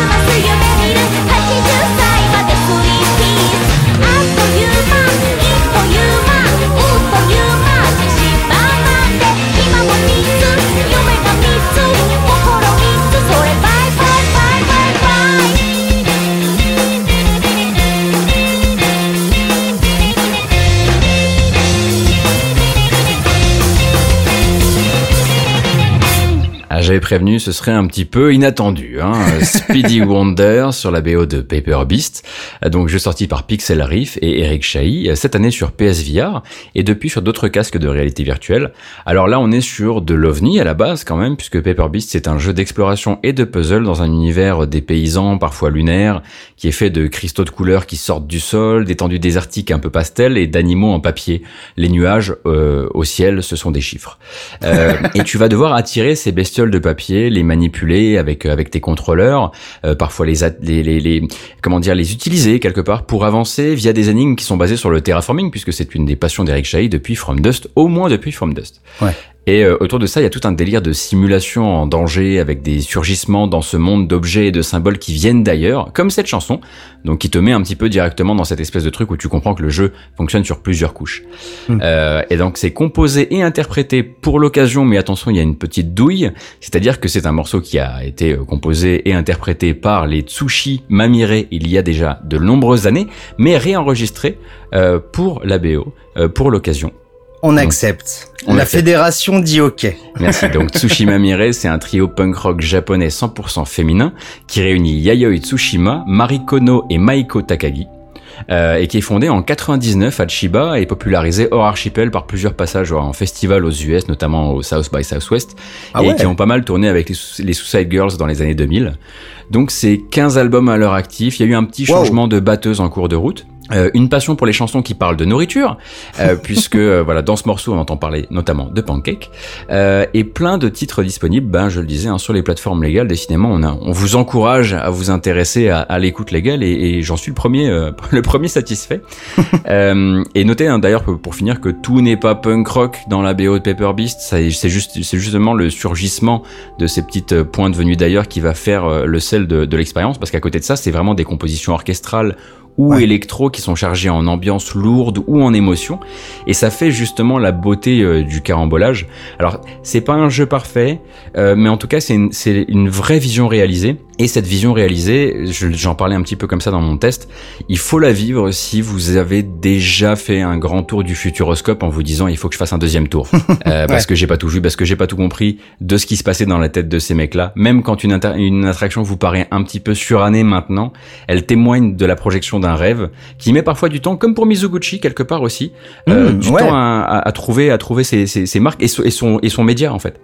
j'avais prévenu, ce serait un petit peu inattendu. Hein. Speedy Wonder sur la B O de Paper Beast, donc jeu sorti par Pixel Riff et Eric Chahi, cette année sur P S V R et depuis sur d'autres casques de réalité virtuelle. Alors là, on est sur de l'OVNI à la base quand même, puisque Paper Beast c'est un jeu d'exploration et de puzzle dans un univers dépaysant, parfois lunaire, qui est fait de cristaux de couleurs qui sortent du sol, d'étendues désertiques un peu pastel et d'animaux en papier. Les nuages euh, au ciel, ce sont des chiffres. Euh, et tu vas devoir attirer ces bestioles de papier, les manipuler avec avec tes contrôleurs, euh, parfois les, les les les comment dire les utiliser quelque part pour avancer via des énigmes qui sont basées sur le terraforming, puisque c'est une des passions d'Eric Chahi depuis From Dust, au moins depuis From Dust. Ouais. Et euh, autour de ça, il y a tout un délire de simulation en danger avec des surgissements dans ce monde d'objets et de symboles qui viennent d'ailleurs, comme cette chanson, donc qui te met un petit peu directement dans cette espèce de truc où tu comprends que le jeu fonctionne sur plusieurs couches. Mmh. Euh, et donc c'est composé et interprété pour l'occasion, mais attention, il y a une petite douille, c'est-à-dire que c'est un morceau qui a été composé et interprété par les Tsushi Mamire il y a déjà de nombreuses années, mais réenregistré euh, pour la B O, euh, pour l'occasion. On accepte. On La accepte. Fédération dit OK. Merci. Donc Tsushima Mire, c'est un trio punk rock japonais cent pour cent féminin qui réunit Yayoi Tsushima, Marikono et Maiko Takagi. Euh, et qui est fondé en quatre-vingt-dix-neuf à Chiba et popularisé hors archipel par plusieurs passages en festival aux U S, notamment au South by Southwest, ah et ouais. qui ont pas mal tourné avec les, les Suicide Girls dans les années deux mille. Donc c'est quinze albums à leur actif. Il y a eu un petit changement wow. de batteuse en cours de route. Euh, une passion pour les chansons qui parlent de nourriture, euh, puisque euh, voilà, dans ce morceau on entend parler notamment de pancakes, euh, et plein de titres disponibles, ben je le disais, hein, sur les plateformes légales. Décidément, on, a, on vous encourage à vous intéresser à, à l'écoute légale, et, et j'en suis le premier, euh, le premier satisfait. euh, et notez hein, d'ailleurs pour, pour finir que tout n'est pas punk rock dans la B O de Paper Beast. Ça, c'est juste, c'est justement le surgissement de ces petites pointes venues d'ailleurs qui va faire euh, le sel de, de l'expérience, parce qu'à côté de ça, c'est vraiment des compositions orchestrales ou ouais. électro qui sont chargés en ambiance lourde ou en émotion, et ça fait justement la beauté euh, du carambolage. Alors c'est pas un jeu parfait, euh, mais en tout cas c'est une, c'est une vraie vision réalisée, et cette vision réalisée, je, j'en parlais un petit peu comme ça dans mon test, il faut la vivre si vous avez déjà fait un grand tour du Futuroscope en vous disant il faut que je fasse un deuxième tour, euh, parce ouais. que j'ai pas tout vu, parce que j'ai pas tout compris de ce qui se passait dans la tête de ces mecs-là. Même quand une, inter- une attraction vous paraît un petit peu surannée maintenant, elle témoigne de la projection d'un un rêve qui met parfois du temps, comme pour Mizoguchi quelque part aussi, mmh, euh, du ouais. temps à, à, à trouver à trouver ses, ses, ses marques et, so, et son et son média en fait.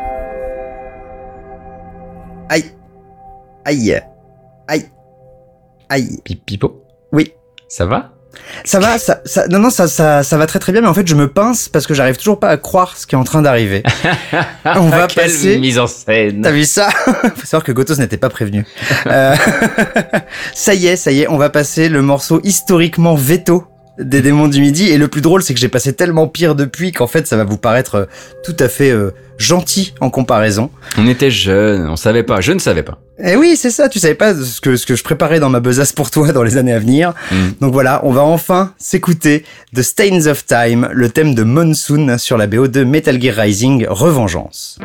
Aïe, aïe, aïe, aïe. Pipo. Oui. Ça va? Ça va, ça, ça, non, non, ça, ça, ça va très très bien, mais en fait, je me pince parce que j'arrive toujours pas à croire ce qui est en train d'arriver. On va Quelle passer. Mise en scène. T'as vu ça? Faut savoir que Gotos n'était pas prévenu. euh... ça y est, ça y est, on va passer le morceau historiquement veto des Démons du Midi, et le plus drôle, c'est que j'ai passé tellement pire depuis qu'en fait, ça va vous paraître euh, tout à fait euh, gentil en comparaison. On était jeunes, on savait pas, je ne savais pas. Eh oui, c'est ça, tu savais pas ce que, ce que je préparais dans ma besace pour toi dans les années à venir. Mm. Donc voilà, on va enfin s'écouter The Stains of Time, le thème de Monsoon sur la B O de Metal Gear Rising Revengeance.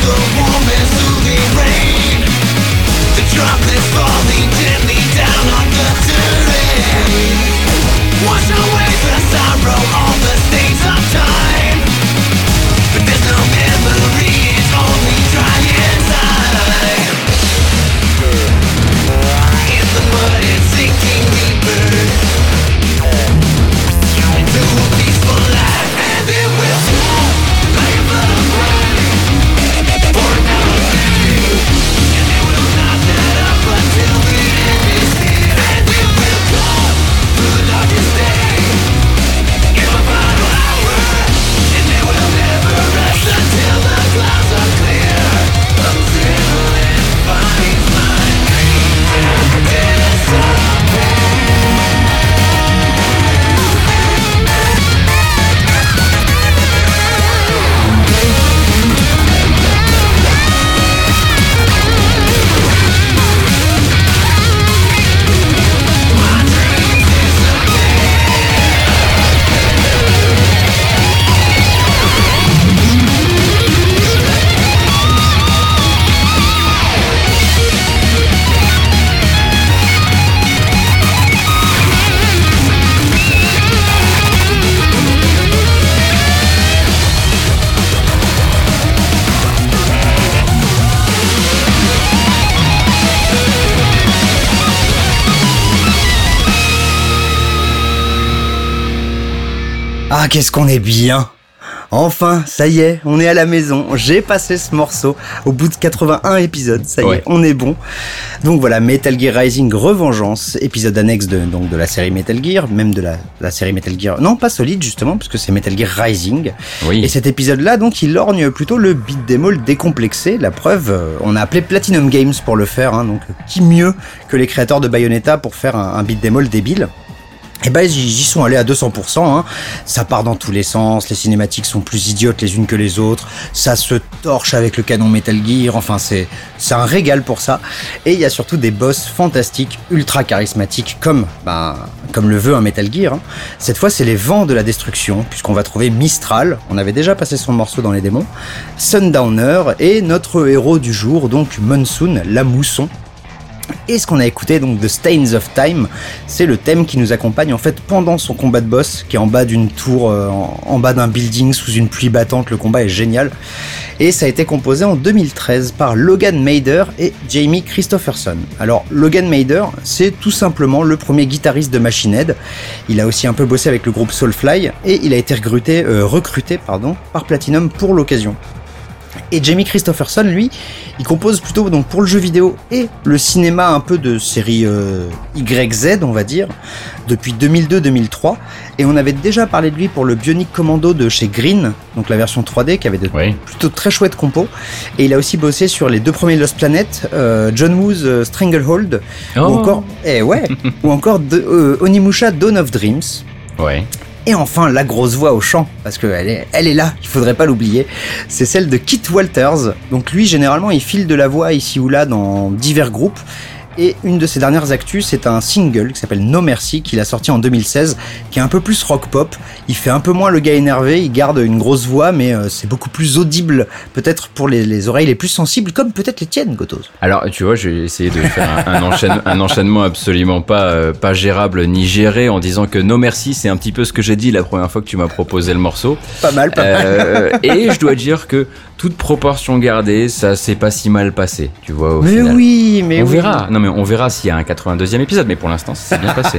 Drop this falling gently down on qu'est-ce qu'on est bien! Enfin, ça y est, on est à la maison. J'ai passé ce morceau au bout de quatre-vingt-un épisodes. Ça y Ouais. est, on est bon. Donc voilà, Metal Gear Rising Revengeance, épisode annexe de, donc de la série Metal Gear, même de la, la série Metal Gear. Non, pas Solid justement, parce que c'est Metal Gear Rising. Oui. Et cet épisode-là, donc, il lorgne plutôt le beat'em all décomplexé. La preuve, euh, on a appelé Platinum Games pour le faire. Hein, donc, qui mieux que les créateurs de Bayonetta pour faire un, un beat'em all débile. Et ben, ils y sont allés à deux cents pour cent, hein. Ça part dans tous les sens, les cinématiques sont plus idiotes les unes que les autres, ça se torche avec le canon Metal Gear, enfin c'est, c'est un régal pour ça. Et il y a surtout des boss fantastiques, ultra charismatiques, comme, ben, comme le veut un Metal Gear, hein. Cette fois, c'est les vents de la destruction, puisqu'on va trouver Mistral, on avait déjà passé son morceau dans les démons, Sundowner, et notre héros du jour, donc Monsoon, la mousson. Et ce qu'on a écouté, donc The Stains of Time, c'est le thème qui nous accompagne en fait pendant son combat de boss, qui est en bas d'une tour, euh, en, en bas d'un building sous une pluie battante. Le combat est génial. Et ça a été composé en deux mille treize par Logan Mader et Jamie Christopherson. Alors Logan Mader, c'est tout simplement le premier guitariste de Machine Head. Il a aussi un peu bossé avec le groupe Soulfly et il a été recruté, euh, recruté pardon, par Platinum pour l'occasion. Et Jamie Christopherson, lui, il compose plutôt donc pour le jeu vidéo et le cinéma un peu de série euh, Y Z, on va dire, depuis deux mille deux deux mille trois. Et on avait déjà parlé de lui pour le Bionic Commando de chez Green, donc la version trois D qui avait de Oui. plutôt très chouettes compos. Et il a aussi bossé sur les deux premiers Lost Planet, euh, John Woo's euh, Stranglehold, Oh. ou encore, eh ouais, ou encore de, euh, Onimusha Dawn of Dreams. Ouais. Et enfin, la grosse voix au chant, parce qu'elle est, elle est là, il faudrait pas l'oublier, c'est celle de Kit Walters. Donc lui, généralement, il file de la voix ici ou là dans divers groupes. Et une de ses dernières actus, c'est un single qui s'appelle No Mercy, qu'il a sorti en deux mille seize, qui est un peu plus rock-pop. Il fait un peu moins le gars énervé, il garde une grosse voix, mais euh, c'est beaucoup plus audible, peut-être pour les, les oreilles les plus sensibles, comme peut-être les tiennes, Gotos. Alors, tu vois, je vais essayer de faire un, un, enchaîne, un enchaînement absolument pas, euh, pas gérable ni géré en disant que No Merci, c'est un petit peu ce que j'ai dit la première fois que tu m'as proposé le morceau. Pas mal, pas mal. Euh, et je dois dire que toute proportion gardée, ça s'est pas si mal passé, tu vois, au Mais final. oui, mais on oui. verra. Non, mais on verra s'il y a un quatre-vingt-deuxième épisode, mais pour l'instant, ça s'est bien passé.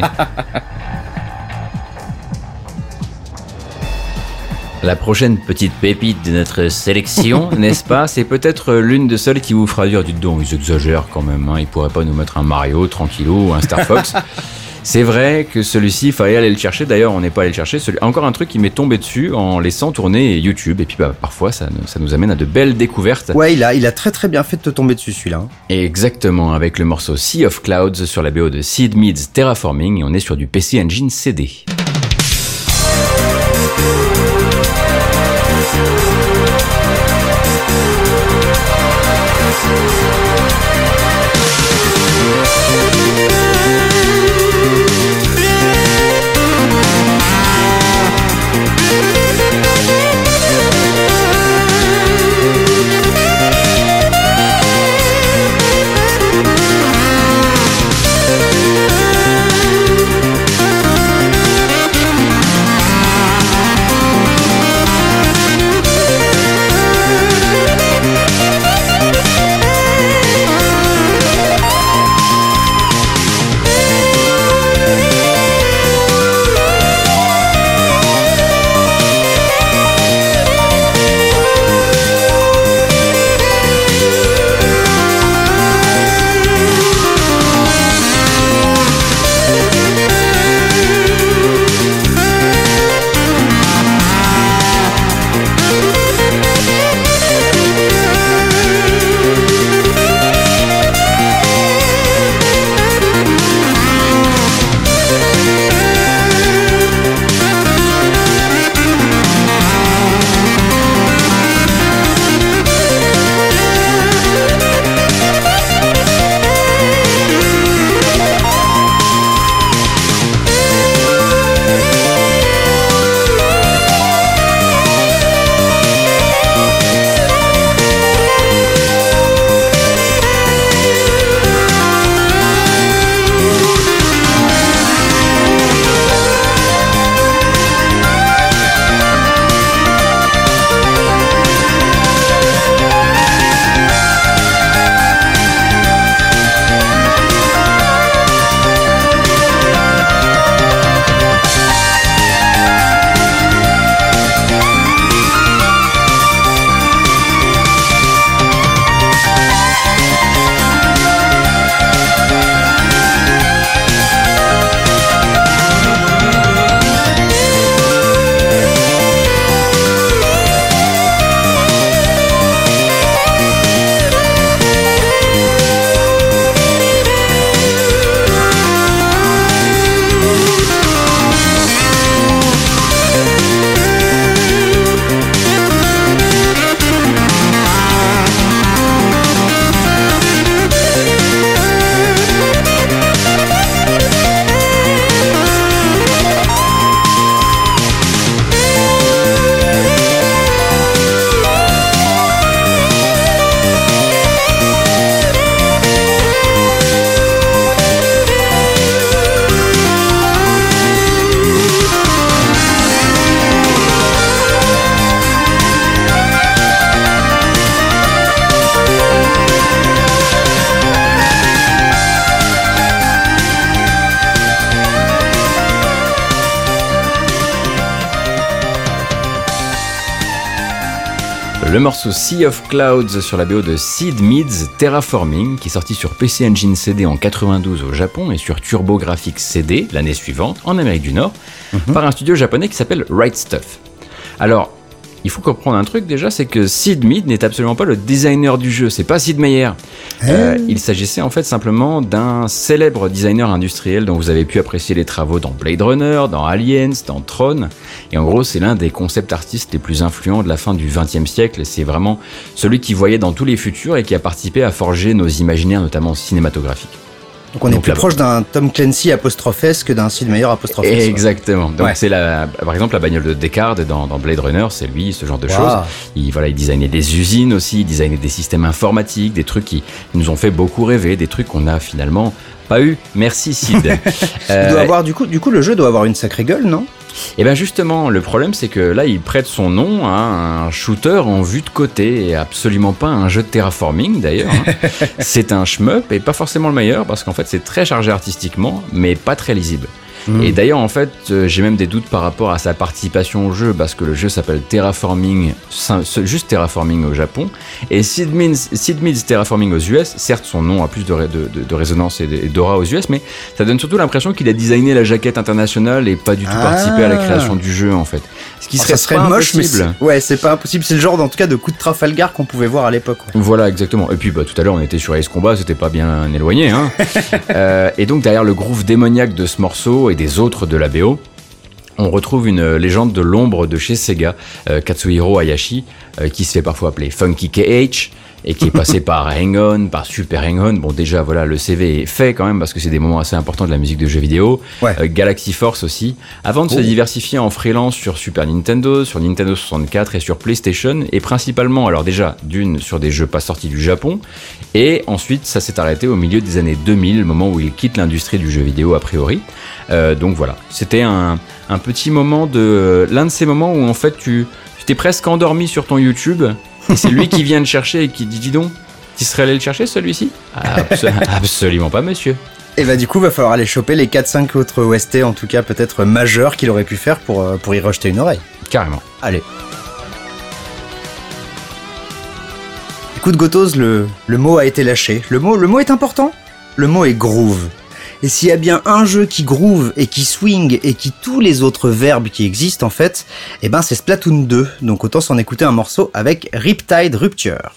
La prochaine petite pépite de notre sélection, n'est-ce pas? C'est peut-être l'une de celles qui vous fera dire, dites donc, ils exagèrent quand même, hein, ils pourraient pas nous mettre un Mario tranquillou ou un Star Fox. C'est vrai que celui-ci, il fallait aller le chercher. D'ailleurs, on n'est pas allé le chercher. Celui... Encore un truc qui m'est tombé dessus en laissant tourner YouTube. Et puis, bah, parfois, ça, ça nous amène à de belles découvertes. Ouais, il a, il a très très bien fait de te tomber dessus, celui-là. Hein. Et exactement, avec le morceau Sea of Clouds sur la B O de Sid Mead's Terraforming. Et on est sur du P C Engine C D. Le morceau Sea of Clouds sur la B O de Sid Mead's Terraforming, qui est sorti sur P C Engine C D en quatre-vingt-douze au Japon et sur TurboGrafx C D l'année suivante en Amérique du Nord, mm-hmm. par un studio japonais qui s'appelle Right Stuff. Alors, il faut comprendre un truc déjà, c'est que Sid Mead n'est absolument pas le designer du jeu, c'est pas Sid Meier. Euh, il s'agissait en fait simplement d'un célèbre designer industriel dont vous avez pu apprécier les travaux dans Blade Runner, dans Aliens, dans Tron. Et en gros, c'est l'un des concept artistes les plus influents de la fin du vingtième siècle. Et c'est vraiment celui qui voyait dans tous les futurs et qui a participé à forger nos imaginaires, notamment cinématographiques. Donc on est Donc, plus là, proche d'un Tom Clancy apostrophe S que d'un Sid Meier apostrophe S. Exactement. Donc ouais. c'est la, par exemple la bagnole de Descartes dans, dans Blade Runner, c'est lui, ce genre de wow. choses. Il, voilà, il designait des usines aussi, il designait des systèmes informatiques, des trucs qui nous ont fait beaucoup rêver, des trucs qu'on n'a finalement pas eu. Merci Sid. euh, il doit avoir, du coup, du coup, le jeu doit avoir une sacrée gueule, non ? Et bien justement, le problème c'est que là il prête son nom à un shooter en vue de côté et absolument pas un jeu de terraforming d'ailleurs. Hein. C'est un shmup et pas forcément le meilleur parce qu'en fait c'est très chargé artistiquement mais pas très lisible. Mmh. Et d'ailleurs en fait euh, j'ai même des doutes par rapport à sa participation au jeu parce que le jeu s'appelle Terraforming, juste Terraforming au Japon et Sid Mead's, Sid Mead's Terraforming aux U S, certes son nom a plus de, de, de, de résonance et d'aura aux U S mais ça donne surtout l'impression qu'il a designé la jaquette internationale et pas du tout ah. participé à la création du jeu en fait. Ce qui serait, ça serait pas moche impossible. Mais c'est, ouais c'est pas impossible, c'est le genre en tout cas de coup de Trafalgar qu'on pouvait voir à l'époque. Ouais. Voilà exactement et puis bah, tout à l'heure on était sur Ace Combat, c'était pas bien éloigné hein. euh, et donc derrière le groove démoniaque de ce morceau et des autres de la B O, on retrouve une légende de l'ombre de chez Sega, euh, Katsuhiro Hayashi, euh, qui se fait parfois appeler Funky K H et qui est passé par Hang-On, par Super Hang-On. Bon déjà voilà, le C V est fait quand même parce que c'est des moments assez importants de la musique de jeux vidéo. Ouais. Euh, Galaxy Force aussi. Avant de oh. se diversifier en freelance sur Super Nintendo, sur Nintendo soixante-quatre et sur PlayStation et principalement alors déjà d'une sur des jeux pas sortis du Japon et ensuite ça s'est arrêté au milieu des années deux mille, le moment où il quitte l'industrie du jeu vidéo a priori. Euh, donc voilà, c'était un, un petit moment de l'un de ces moments où en fait tu tu t'es presque endormi sur ton YouTube. Et c'est lui qui vient le chercher et qui dit dis donc, tu serais allé le chercher celui-ci ? Abs- Absolument pas monsieur. Et bah du coup va falloir aller choper les quatre cinq autres O S T en tout cas peut-être majeurs qu'il aurait pu faire pour, pour y rejeter une oreille. Carrément. Allez. Écoute Gotos, le, le mot a été lâché. Le mot, le mot est important. Le mot est groove. Et s'il y a bien un jeu qui groove et qui swing et qui tous les autres verbes qui existent en fait, eh ben c'est Splatoon deux. Donc autant s'en écouter un morceau avec Riptide Rupture.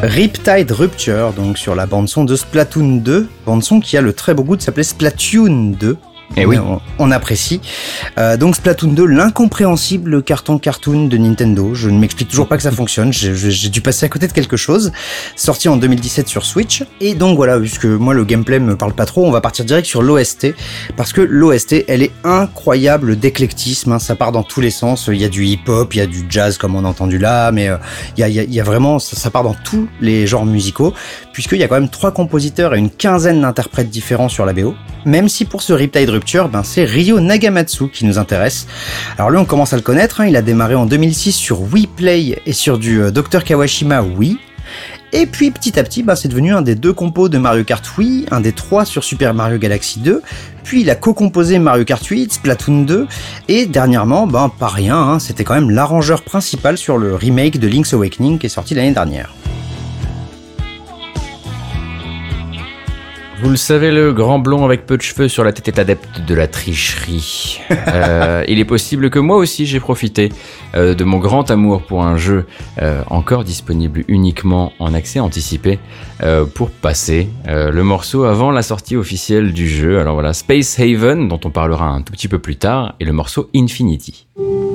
Riptide Rupture, donc sur la bande-son de Splatoon deux, bande-son qui a le très beau goût de s'appeler Splatoon deux. Eh oui. On, on apprécie. Euh, donc Splatoon deux, l'incompréhensible carton cartoon de Nintendo. Je ne m'explique toujours pas que ça fonctionne. J'ai, j'ai dû passer à côté de quelque chose. Sorti en deux mille dix-sept sur Switch. Et donc voilà, puisque moi le gameplay me parle pas trop, on va partir direct sur l'O S T. Parce que l'O S T, elle est incroyable d'éclectisme. Hein, ça part dans tous les sens. Il y a du hip-hop, il y a du jazz comme on a entendu là, mais euh, il, y a, il, y a, il y a vraiment, ça, ça part dans tous les genres musicaux. Puisqu'il y a quand même trois compositeurs et une quinzaine d'interprètes différents sur la B O. Même si pour ce Riptide Rupture, ben c'est Ryo Nagamatsu qui nous intéresse. Alors lui, on commence à le connaître, hein, il a démarré en deux mille six sur Wii Play et sur du euh, docteur Kawashima Wii. Et puis petit à petit, ben, c'est devenu un des deux compos de Mario Kart Wii, un des trois sur Super Mario Galaxy deux, puis il a co-composé Mario Kart huit, Splatoon deux, et dernièrement, ben pas rien, hein, c'était quand même l'arrangeur principal sur le remake de Link's Awakening qui est sorti l'année dernière. Vous le savez, le grand blond avec peu de cheveux sur la tête est adepte de la tricherie. euh, il est possible que moi aussi j'ai profité euh, de mon grand amour pour un jeu euh, encore disponible uniquement en accès anticipé euh, pour passer euh, le morceau avant la sortie officielle du jeu. Alors voilà, Space Haven, dont on parlera un tout petit peu plus tard, et le morceau Infinity.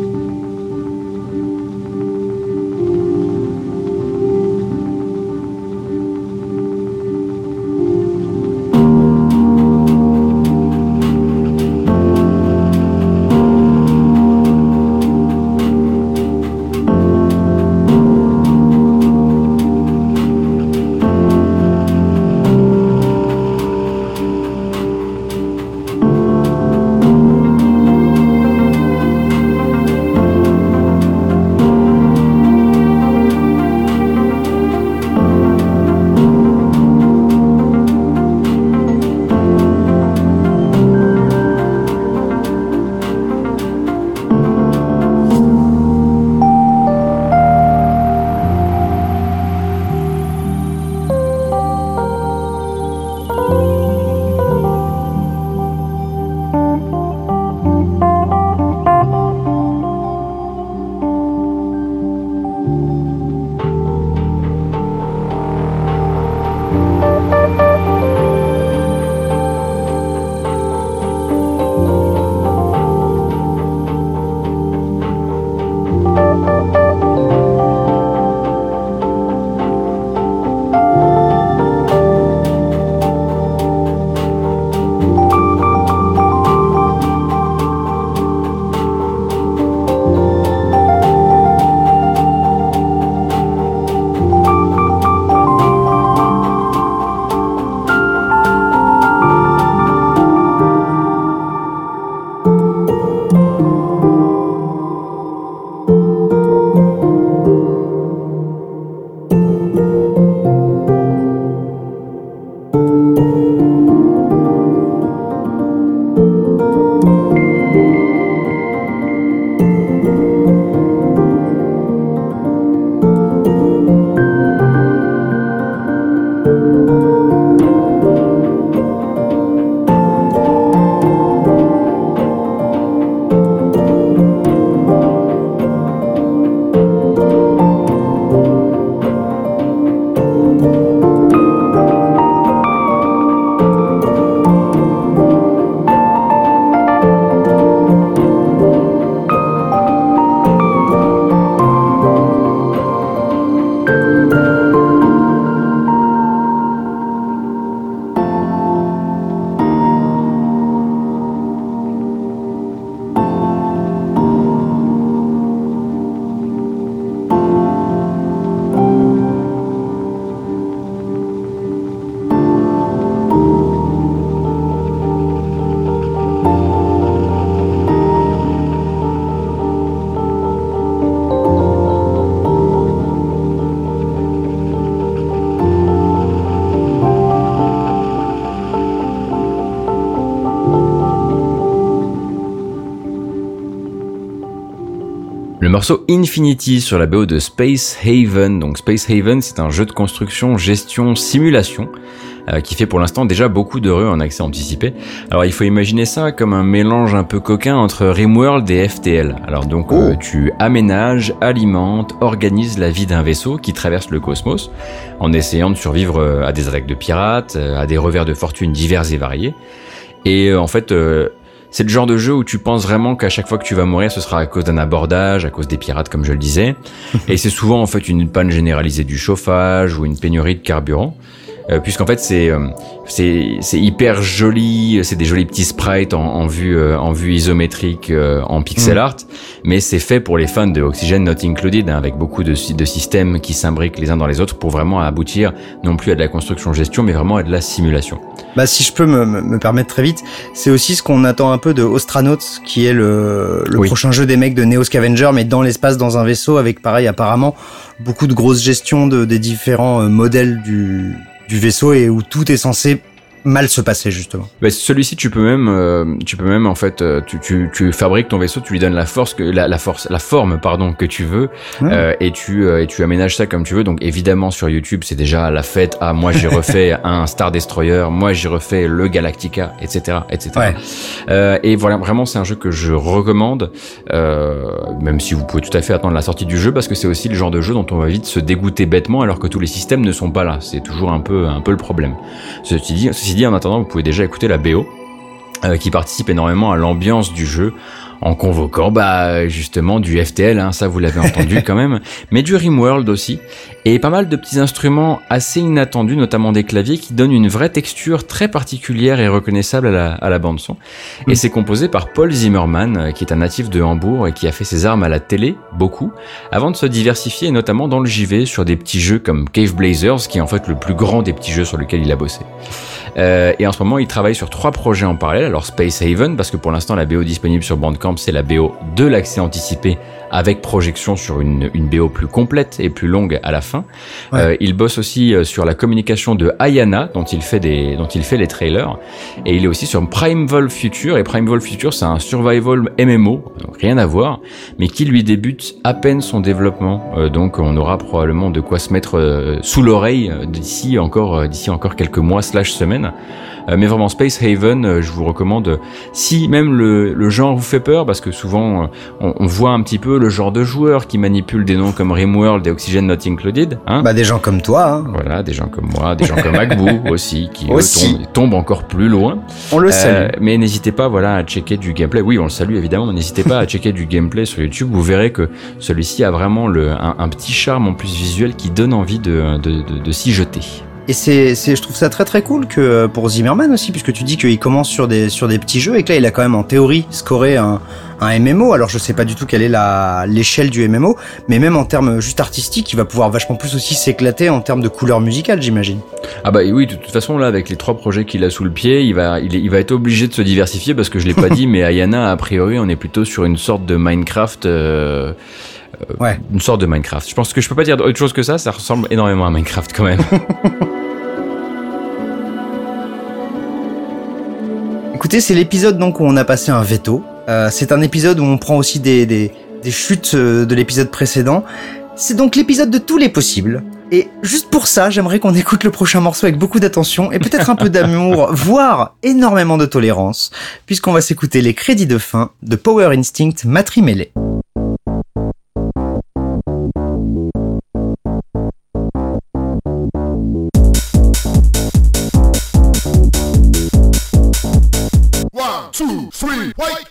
Le morceau Infinity sur la B O de Space Haven. Donc Space Haven, c'est un jeu de construction, gestion, simulation euh, qui fait pour l'instant déjà beaucoup d'heureux en accès anticipé. Alors il faut imaginer ça comme un mélange un peu coquin entre RimWorld et F T L. Alors donc Oh. euh, tu aménages, alimentes, organises la vie d'un vaisseau qui traverse le cosmos en essayant de survivre euh, à des attaques de pirates, euh, à des revers de fortune divers et variés. Et euh, en fait, euh, c'est le genre de jeu où tu penses vraiment qu'à chaque fois que tu vas mourir, ce sera à cause d'un abordage, à cause des pirates, comme je le disais. Et c'est souvent en fait une panne généralisée du chauffage ou une pénurie de carburant. Euh, puisqu'en fait c'est euh, c'est c'est hyper joli, c'est des jolis petits sprites en, en vue euh, en vue isométrique euh, en pixel art, mais c'est fait pour les fans de Oxygen Not Included, hein, avec beaucoup de de systèmes qui s'imbriquent les uns dans les autres pour vraiment aboutir non plus à de la construction gestion, mais vraiment à de la simulation. Bah, si je peux me, me, me permettre très vite, c'est aussi ce qu'on attend un peu de Ostranauts, qui est le, le Oui. prochain jeu des mecs de Neo Scavenger, mais dans l'espace, dans un vaisseau, avec pareil, apparemment, beaucoup de grosses gestions de, des différents euh, modèles du, du vaisseau et où tout est censé mal se passer, justement. Bah, celui-ci, tu peux même, euh, tu peux même en fait, euh, tu, tu, tu fabriques ton vaisseau, tu lui donnes la force, que, la, la force, la forme, pardon, que tu veux, Mmh. euh, et tu, euh, et tu aménages ça comme tu veux. Donc évidemment sur YouTube, c'est déjà la fête. Ah, moi j'ai refait un Star Destroyer, moi j'ai refait le Galactica, et cetera, et cetera. Ouais. Euh, et voilà, vraiment, c'est un jeu que je recommande, euh, même si vous pouvez tout à fait attendre la sortie du jeu, parce que c'est aussi le genre de jeu dont on va vite se dégoûter bêtement, alors que tous les systèmes ne sont pas là. C'est toujours un peu, un peu le problème. Ceci dit, ceci dit, en attendant, vous pouvez déjà écouter la B O, euh, qui participe énormément à l'ambiance du jeu, en convoquant bah justement du F T L, hein, ça vous l'avez entendu quand même, mais du RimWorld aussi, et pas mal de petits instruments assez inattendus, notamment des claviers qui donnent une vraie texture très particulière et reconnaissable à la, à la bande son. Et c'est composé par Paul Zimmerman, euh, qui est un natif de Hambourg et qui a fait ses armes à la télé, beaucoup, avant de se diversifier, et notamment dans le J V, sur des petits jeux comme Cave Blazers, qui est en fait le plus grand des petits jeux sur lesquels il a bossé. Euh, et en ce moment, il travaille sur trois projets en parallèle. Alors Space Haven, parce que pour l'instant, la B O disponible sur Bandcamp, c'est la B O de l'accès anticipé, avec projection sur une, une B O plus complète et plus longue à la fin. Ouais. Euh, il bosse aussi sur la communication de Ayana, dont il fait des, dont il fait les trailers. Et il est aussi sur Primeval Future. Et Primeval Future, c'est un survival M M O, donc rien à voir, mais qui lui débute à peine son développement. Euh, donc on aura probablement de quoi se mettre euh, sous l'oreille euh, d'ici encore, euh, d'ici encore quelques mois slash semaines. Euh, mais vraiment Space Haven, euh, je vous recommande, euh, si même le, le genre vous fait peur, parce que souvent euh, on, on voit un petit peu le genre de joueurs qui manipulent des noms comme RimWorld et Oxygen Not Included, hein. Bah, des gens comme toi, hein. Voilà, des gens comme moi, des gens comme Agbu aussi, qui eux, Aussi. tombent, tombent encore plus loin. On le Euh, salue. mais n'hésitez pas, voilà, à checker du gameplay. Oui, on le salue évidemment, mais n'hésitez pas à checker du gameplay sur YouTube. Vous verrez que celui-ci a vraiment le, un, un petit charme en plus visuel qui donne envie de, de, de, de s'y jeter. Et c'est, c'est, je trouve ça très très cool que euh, pour Zimmerman aussi, puisque tu dis qu'il commence sur des sur des petits jeux et que là il a quand même en théorie scoré un un M M O. Alors je sais pas du tout quelle est la l'échelle du M M O, mais même en termes juste artistiques, il va pouvoir vachement plus aussi s'éclater en termes de couleurs musicales, j'imagine. Ah bah oui, de toute façon là, avec les trois projets qu'il a sous le pied, il va il, est- il va être obligé de se diversifier, parce que je l'ai pas dit, mais Ayana, a priori, on est plutôt sur une sorte de Minecraft. Euh, euh, Ouais. Une sorte de Minecraft. Je pense que je peux pas dire autre chose que ça. Ça ressemble énormément à Minecraft quand même. Écoutez, c'est l'épisode donc où on a passé un veto. Euh, c'est un épisode où on prend aussi des, des, des chutes euh, de l'épisode précédent. C'est donc l'épisode de tous les possibles. Et juste pour ça, j'aimerais qu'on écoute le prochain morceau avec beaucoup d'attention et peut-être un peu d'amour, voire énormément de tolérance, puisqu'on va s'écouter les crédits de fin de Power Instinct Matrimele. One, two, three, wait.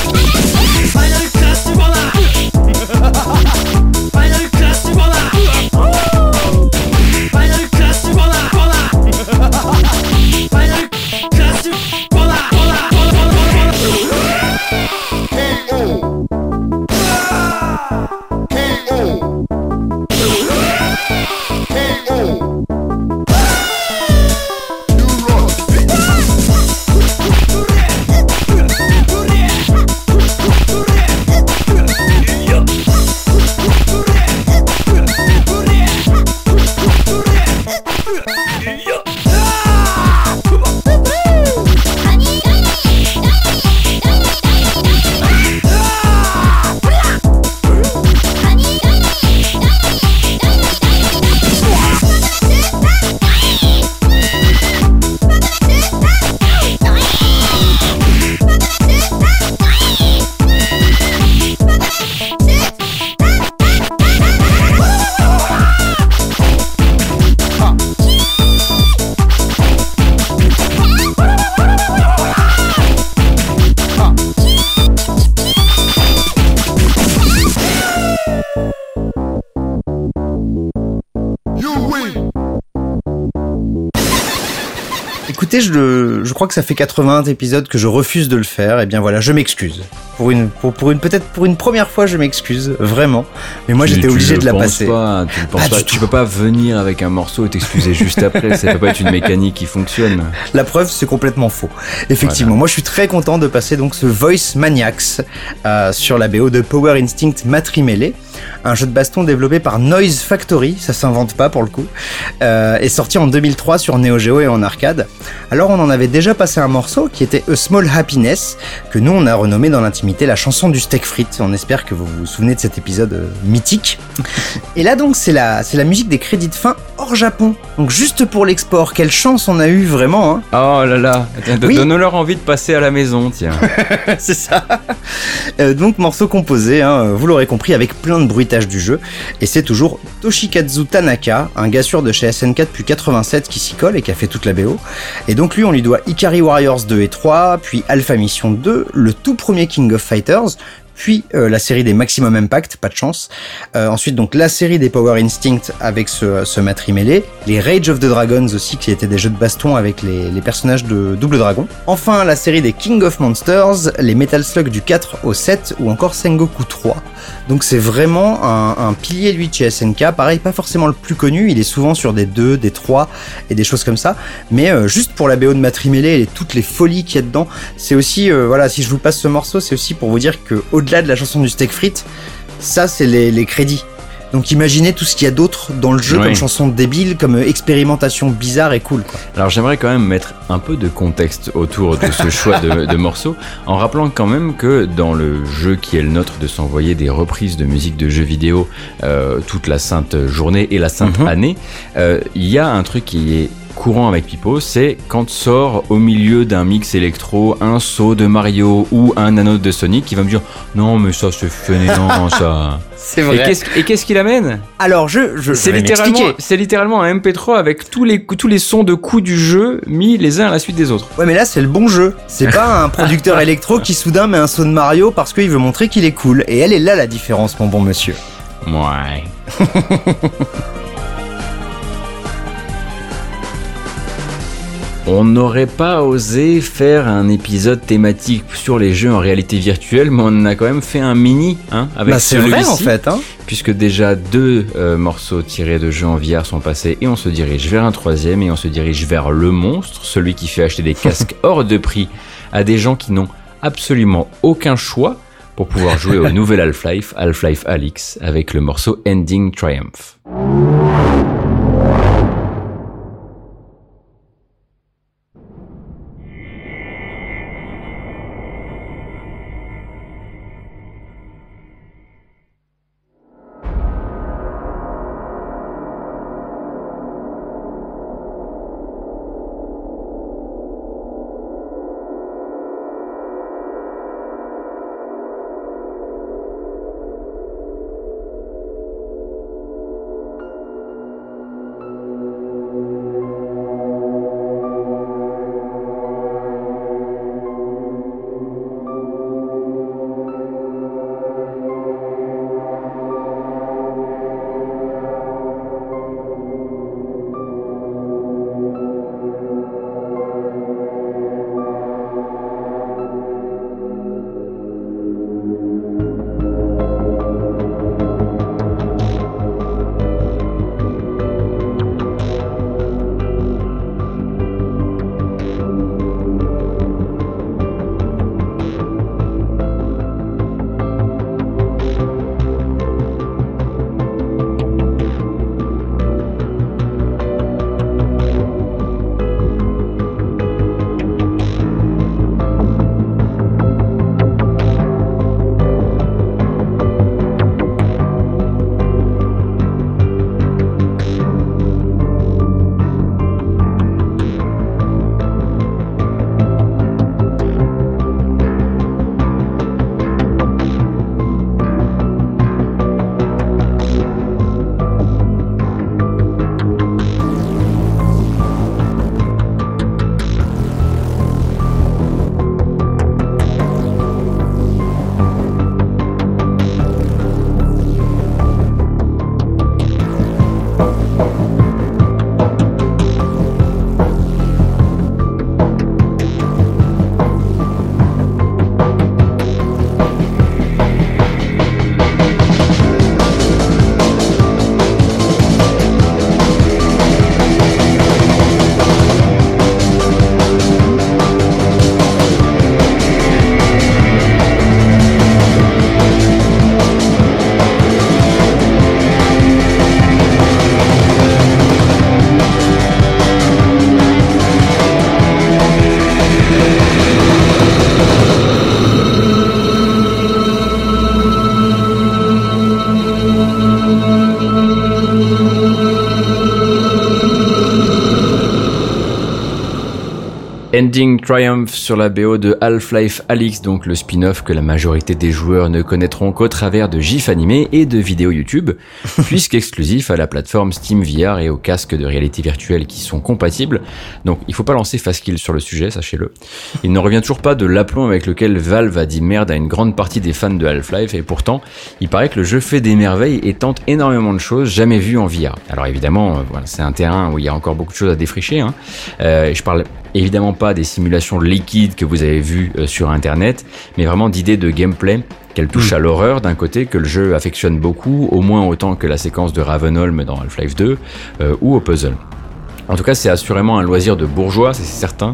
Final class, voilà. Final class, voilà. écoutez, je, le, je crois que ça fait quatre-vingts épisodes que je refuse de le faire. Et bien voilà, je m'excuse. Pour une, pour, pour une, peut-être pour une première fois, je m'excuse, vraiment. Mais moi, Tu- j'étais tu obligé le de la penses passer. Pas, tu le penses Pas pas. du Tu tout. peux pas venir avec un morceau et t'excuser juste après. Ça peut pas être une mécanique qui fonctionne. La preuve, c'est complètement faux. Effectivement, Voilà. moi je suis très content de passer donc ce Voice Maniacs euh, sur la B O de Power Instinct Matrimele, un jeu de baston développé par Noise Factory, ça s'invente pas pour le coup, euh, est sorti en deux mille trois sur Neo Geo et en arcade. Alors on en avait déjà passé un morceau qui était A Small Happiness, que nous on a renommé dans l'intimité la chanson du steak frites. On espère que vous vous souvenez de cet épisode euh, mythique. Et là donc c'est la, c'est la musique des crédits de fin hors Japon, donc juste pour l'export. Quelle chance on a eu vraiment, hein. Oh là là. Attends, Oui. Donne-leur envie de passer à la maison, tiens. C'est ça. Euh, donc morceau composé, hein, vous l'aurez compris, avec plein de bruitage du jeu. Et c'est toujours Toshikazu Tanaka, un gars sûr de chez S N K depuis quatre-vingt-sept qui s'y colle et qui a fait toute la B O. Et donc lui, on lui doit Ikari Warriors deux et trois, puis Alpha Mission deux, le tout premier King of Fighters, puis euh, la série des Maximum Impact, pas de chance. Euh, ensuite donc la série des Power Instinct avec ce, ce Matrimele, les Rage of the Dragons aussi qui étaient des jeux de baston avec les, les personnages de Double Dragon. Enfin la série des King of Monsters, les Metal Slug du quatre au sept ou encore Sengoku trois. Donc c'est vraiment un, un pilier lui de chez S N K, pareil pas forcément le plus connu, il est souvent sur des deux, des trois et des choses comme ça, mais euh, juste pour la B O de Matrimele et toutes les folies qu'il y a dedans, c'est aussi, euh, voilà, si je vous passe ce morceau, c'est aussi pour vous dire que au-delà de la chanson du steak frites, ça c'est les, les crédits. Donc imaginez tout ce qu'il y a d'autre dans le jeu, Oui. comme chanson débile, comme euh, expérimentation bizarre et cool, quoi. Alors j'aimerais quand même mettre un peu de contexte autour de ce choix de, de morceaux, en rappelant quand même que dans le jeu qui est le nôtre de s'envoyer des reprises de musique de jeux vidéo euh, toute la sainte journée et la sainte Mhm. année, euh, il y a un truc qui est courant avec Pipo, c'est quand sort au milieu d'un mix électro un saut de Mario ou un anneau de Sonic qui va me dire non mais ça c'est fainéant ça. C'est Et qu'est-ce, et qu'est-ce qu'il amène? Alors je, je, C'est je vais littéralement, m'expliquer. c'est littéralement un M P trois avec tous les, tous les sons de coups du jeu mis les uns à la suite des autres. Ouais mais là c'est le bon jeu. C'est pas un producteur électro qui soudain met un saut de Mario parce qu'il veut montrer qu'il est cool. Et elle est là la différence, mon bon monsieur. Ouais. On n'aurait pas osé faire un épisode thématique sur les jeux en réalité virtuelle, mais on en a quand même fait un mini, hein, avec Bah c'est celui-ci, vrai en fait, hein. puisque déjà deux euh, morceaux tirés de jeux en V R sont passés, et on se dirige vers un troisième, et on se dirige vers le monstre, celui qui fait acheter des casques hors de prix à des gens qui n'ont absolument aucun choix pour pouvoir jouer au nouvel Half-Life, Half-Life Alyx, avec le morceau Ending Triumph. Ending Triumph sur la B O de Half-Life Alyx, donc le spin-off que la majorité des joueurs ne connaîtront qu'au travers de gifs animés et de vidéos YouTube, puisqu'exclusif à la plateforme Steam V R et aux casques de réalité virtuelle qui sont compatibles. Donc il faut pas lancer Fastkill sur le sujet, sachez-le. Il ne revient toujours pas de l'aplomb avec lequel Valve a dit merde à une grande partie des fans de Half-Life, et pourtant, il paraît que le jeu fait des merveilles et tente énormément de choses jamais vues en V R. Alors évidemment, euh, voilà, c'est un terrain où il y a encore beaucoup de choses à défricher, hein. Euh, je parle évidemment pas des simulations liquides que vous avez vues euh, sur internet, mais vraiment d'idées de gameplay qu'elle touche mmh. à l'horreur d'un côté, que le jeu affectionne beaucoup, au moins autant que la séquence de Ravenholm dans Half-Life deux, euh, ou au puzzle. En tout cas, c'est assurément un loisir de bourgeois, c'est certain.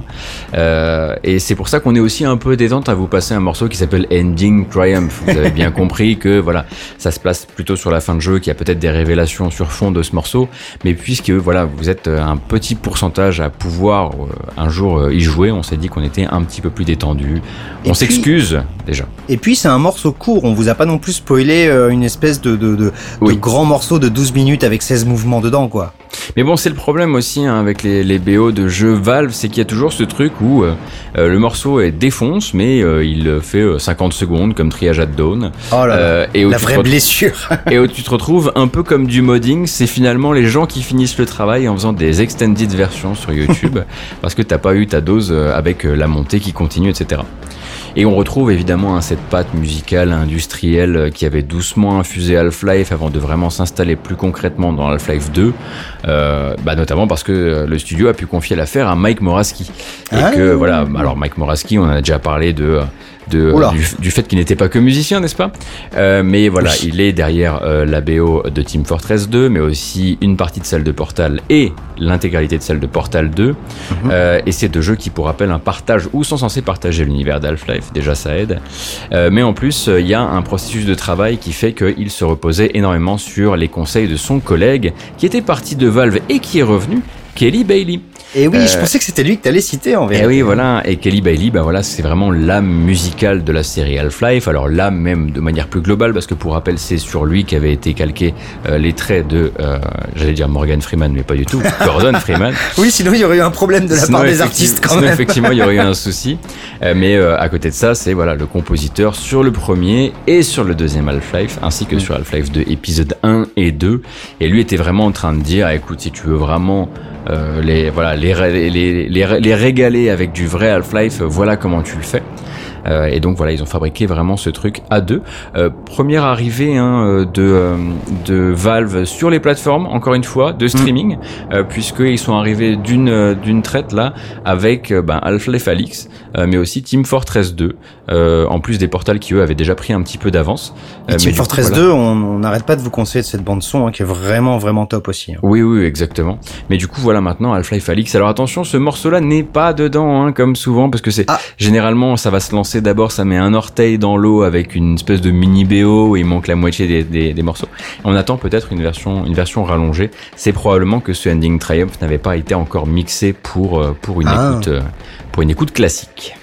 Euh, et c'est pour ça qu'on est aussi un peu détente à vous passer un morceau qui s'appelle Ending Triumph. Vous avez bien compris que voilà, ça se place plutôt sur la fin de jeu, qu'il y a peut-être des révélations sur fond de ce morceau. Mais puisque voilà, vous êtes un petit pourcentage à pouvoir euh, un jour euh, y jouer, on s'est dit qu'on était un petit peu plus détendu. On et s'excuse puis, déjà. Et puis c'est un morceau court. On vous a pas non plus spoilé euh, une espèce de, de, de, oui. de grand morceau de douze minutes avec seize mouvements dedans, quoi. Mais bon, c'est le problème aussi hein, avec les, les B O de jeux Valve, c'est qu'il y a toujours ce truc où euh, euh, le morceau est défonce, mais euh, il fait euh, cinquante secondes comme Triage at Dawn. Oh là là, euh, et où la tu vraie te blessure. Et où tu te retrouves un peu comme du modding, c'est finalement les gens qui finissent le travail en faisant des extended versions sur YouTube, parce que t'as pas eu ta dose avec la montée qui continue, et cetera. Et on retrouve évidemment hein, cette patte musicale industrielle qui avait doucement infusé Half-Life avant de vraiment s'installer plus concrètement dans Half-Life deux, euh, bah notamment parce que le studio a pu confier l'affaire à Mike Moraski. Et ah que voilà, alors Mike Moraski, on en a déjà parlé de... De, du, du fait qu'il n'était pas que musicien, n'est-ce pas, euh, mais voilà, oui. Il est derrière euh, la B O de Team Fortress deux, mais aussi une partie de celle de Portal et l'intégralité de celle de Portal deux, mm-hmm. euh, et c'est deux jeux qui, pour rappel, un partage ou sont censés partager l'univers d'Half-Life, déjà ça aide, euh, mais en plus, il euh, y a un processus de travail qui fait qu'il se reposait énormément sur les conseils de son collègue, qui était parti de Valve et qui est revenu, Kelly Bailey. Et oui, euh, je pensais que c'était lui que t'allais citer en vérité. Et oui, voilà. Et Kelly Bailey, bah voilà, c'est vraiment l'âme musicale de la série Half-Life. Alors l'âme même de manière plus globale, parce que pour rappel, c'est sur lui qu'avaient été calqués euh, les traits de, euh, j'allais dire Morgan Freeman, mais pas du tout, Gordon Freeman. Oui, sinon il y aurait eu un problème de la sinon, part des artistes quand sinon, même. Effectivement, il y aurait eu un souci. Euh, mais euh, à côté de ça, c'est voilà le compositeur sur le premier et sur le deuxième Half-Life, ainsi que mmh. sur Half-Life deux, épisode un et deux. Et lui était vraiment en train de dire, écoute, si tu veux vraiment Euh, les voilà les, les les les régaler avec du vrai Half-Life, voilà comment tu le fais. Euh, et donc voilà, ils ont fabriqué vraiment ce truc à deux. Euh, première arrivée hein, de euh, de Valve sur les plateformes, encore une fois, de streaming, mmh. euh, puisqu'ils sont arrivés d'une d'une traite là avec euh, ben, Half-Life Alyx, euh, mais aussi Team Fortress deux, euh, en plus des Portals qui eux avaient déjà pris un petit peu d'avance. Euh, Team Fortress coup, voilà. deux, on n'arrête pas de vous conseiller de cette bande son hein, qui est vraiment vraiment top aussi. Hein. Oui oui exactement. Mais du coup voilà maintenant Half-Life Alyx. Alors attention, ce morceau-là n'est pas dedans hein, comme souvent, parce que c'est ah. généralement ça va se lancer. D'abord, ça met un orteil dans l'eau avec une espèce de mini B O où il manque la moitié des, des, des morceaux. On attend peut-être une version, une version rallongée. C'est probablement que ce Ending Triumph n'avait pas été encore mixé pour, pour, une, ah. écoute, pour une écoute classique.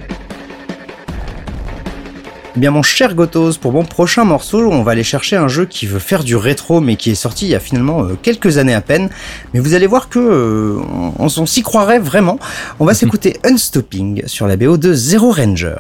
Eh bien mon cher Gotos, pour mon prochain morceau, on va aller chercher un jeu qui veut faire du rétro mais qui est sorti il y a finalement euh, quelques années à peine. Mais vous allez voir que euh, on, on s'y croirait vraiment. On va s'écouter Unstopping sur la B O de Zero Ranger.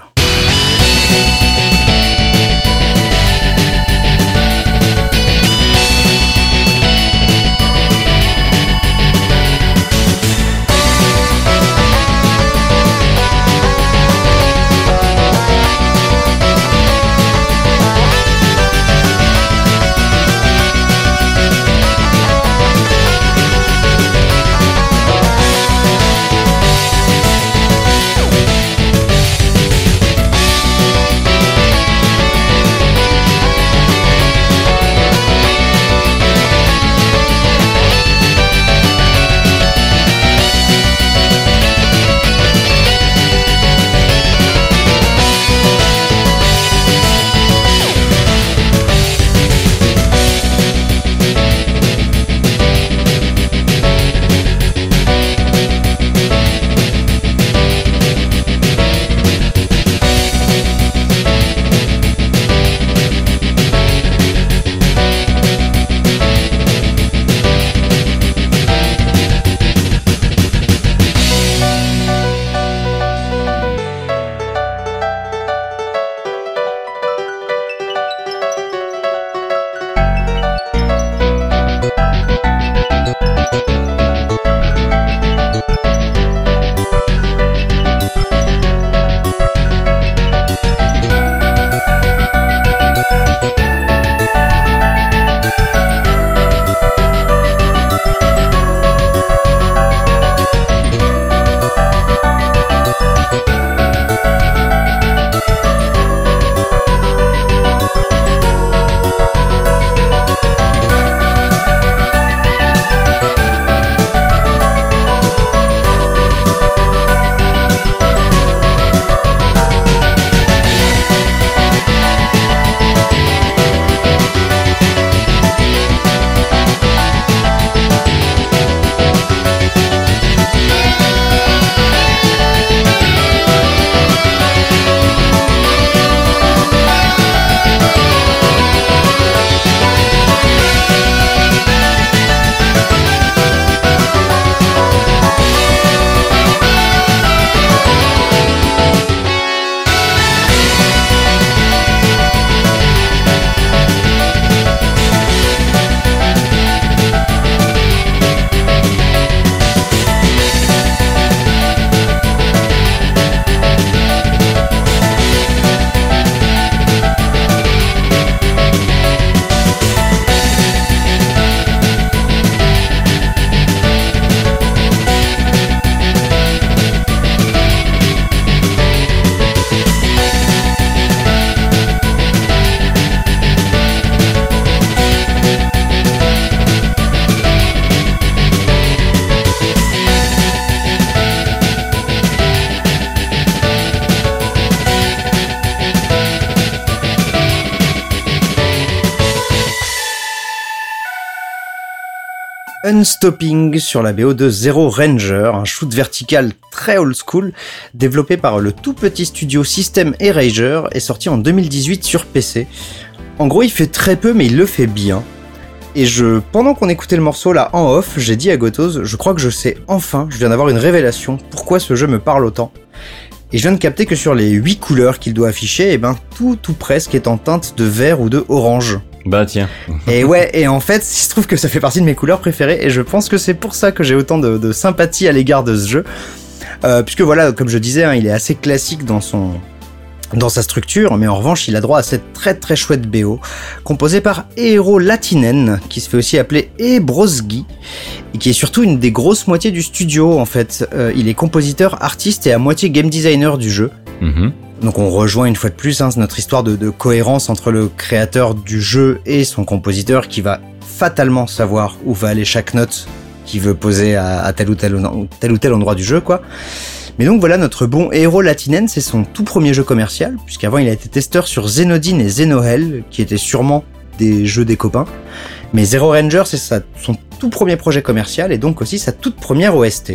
Unstopping sur la B O de Zero Ranger, un shoot vertical très old school, développé par le tout petit studio System Erasure et sorti en deux mille dix-huit sur P C. En gros, il fait très peu, mais il le fait bien. Et je, pendant qu'on écoutait le morceau là en off, j'ai dit à Gotoz, je crois que je sais enfin, je viens d'avoir une révélation, pourquoi ce jeu me parle autant. Et je viens de capter que sur les huit couleurs qu'il doit afficher, eh ben tout, tout presque est en teinte de vert ou de orange. Bah tiens. Et ouais, et en fait, il se trouve que ça fait partie de mes couleurs préférées, et je pense que c'est pour ça que j'ai autant de, de sympathie à l'égard de ce jeu. Euh, puisque voilà, comme je disais, hein, il est assez classique dans son... dans sa structure, mais en revanche, il a droit à cette très très chouette B O, composée par Eero Lahtinen, qui se fait aussi appeler Ebrosgi, et qui est surtout une des grosses moitiés du studio, en fait. Euh, il est compositeur, artiste et à moitié game designer du jeu. Mm-hmm. Donc on rejoint une fois de plus hein, notre histoire de, de cohérence entre le créateur du jeu et son compositeur, qui va fatalement savoir où va aller chaque note qu'il veut poser à, à tel ou tel, tel ou tel endroit du jeu, quoi. Mais donc voilà, notre bon Eero Lahtinen, c'est son tout premier jeu commercial, puisqu'avant il a été testeur sur Xenodyne et Xenohell, qui étaient sûrement des jeux des copains. Mais Zero Ranger, c'est sa, son tout premier projet commercial, et donc aussi sa toute première O S T.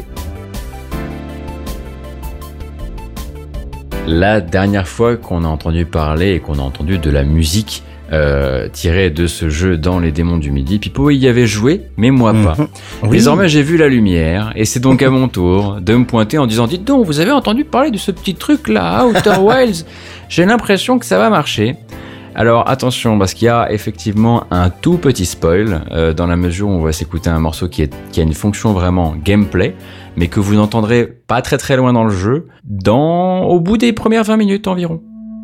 La dernière fois qu'on a entendu parler et qu'on a entendu de la musique Euh, tiré de ce jeu dans les démons du midi, Pipo y avait joué, mais moi pas. Mmh. Oui. Désormais j'ai vu la lumière, et c'est donc à mon tour de me pointer en disant, dites donc, vous avez entendu parler de ce petit truc là, Outer Wilds? J'ai l'impression que ça va marcher. Alors attention, parce qu'il y a effectivement un tout petit spoil, euh, dans la mesure où on va s'écouter un morceau qui, est, qui a une fonction vraiment gameplay, mais que vous n'entendrez pas très très loin dans le jeu, dans, au bout des premières vingt minutes environ.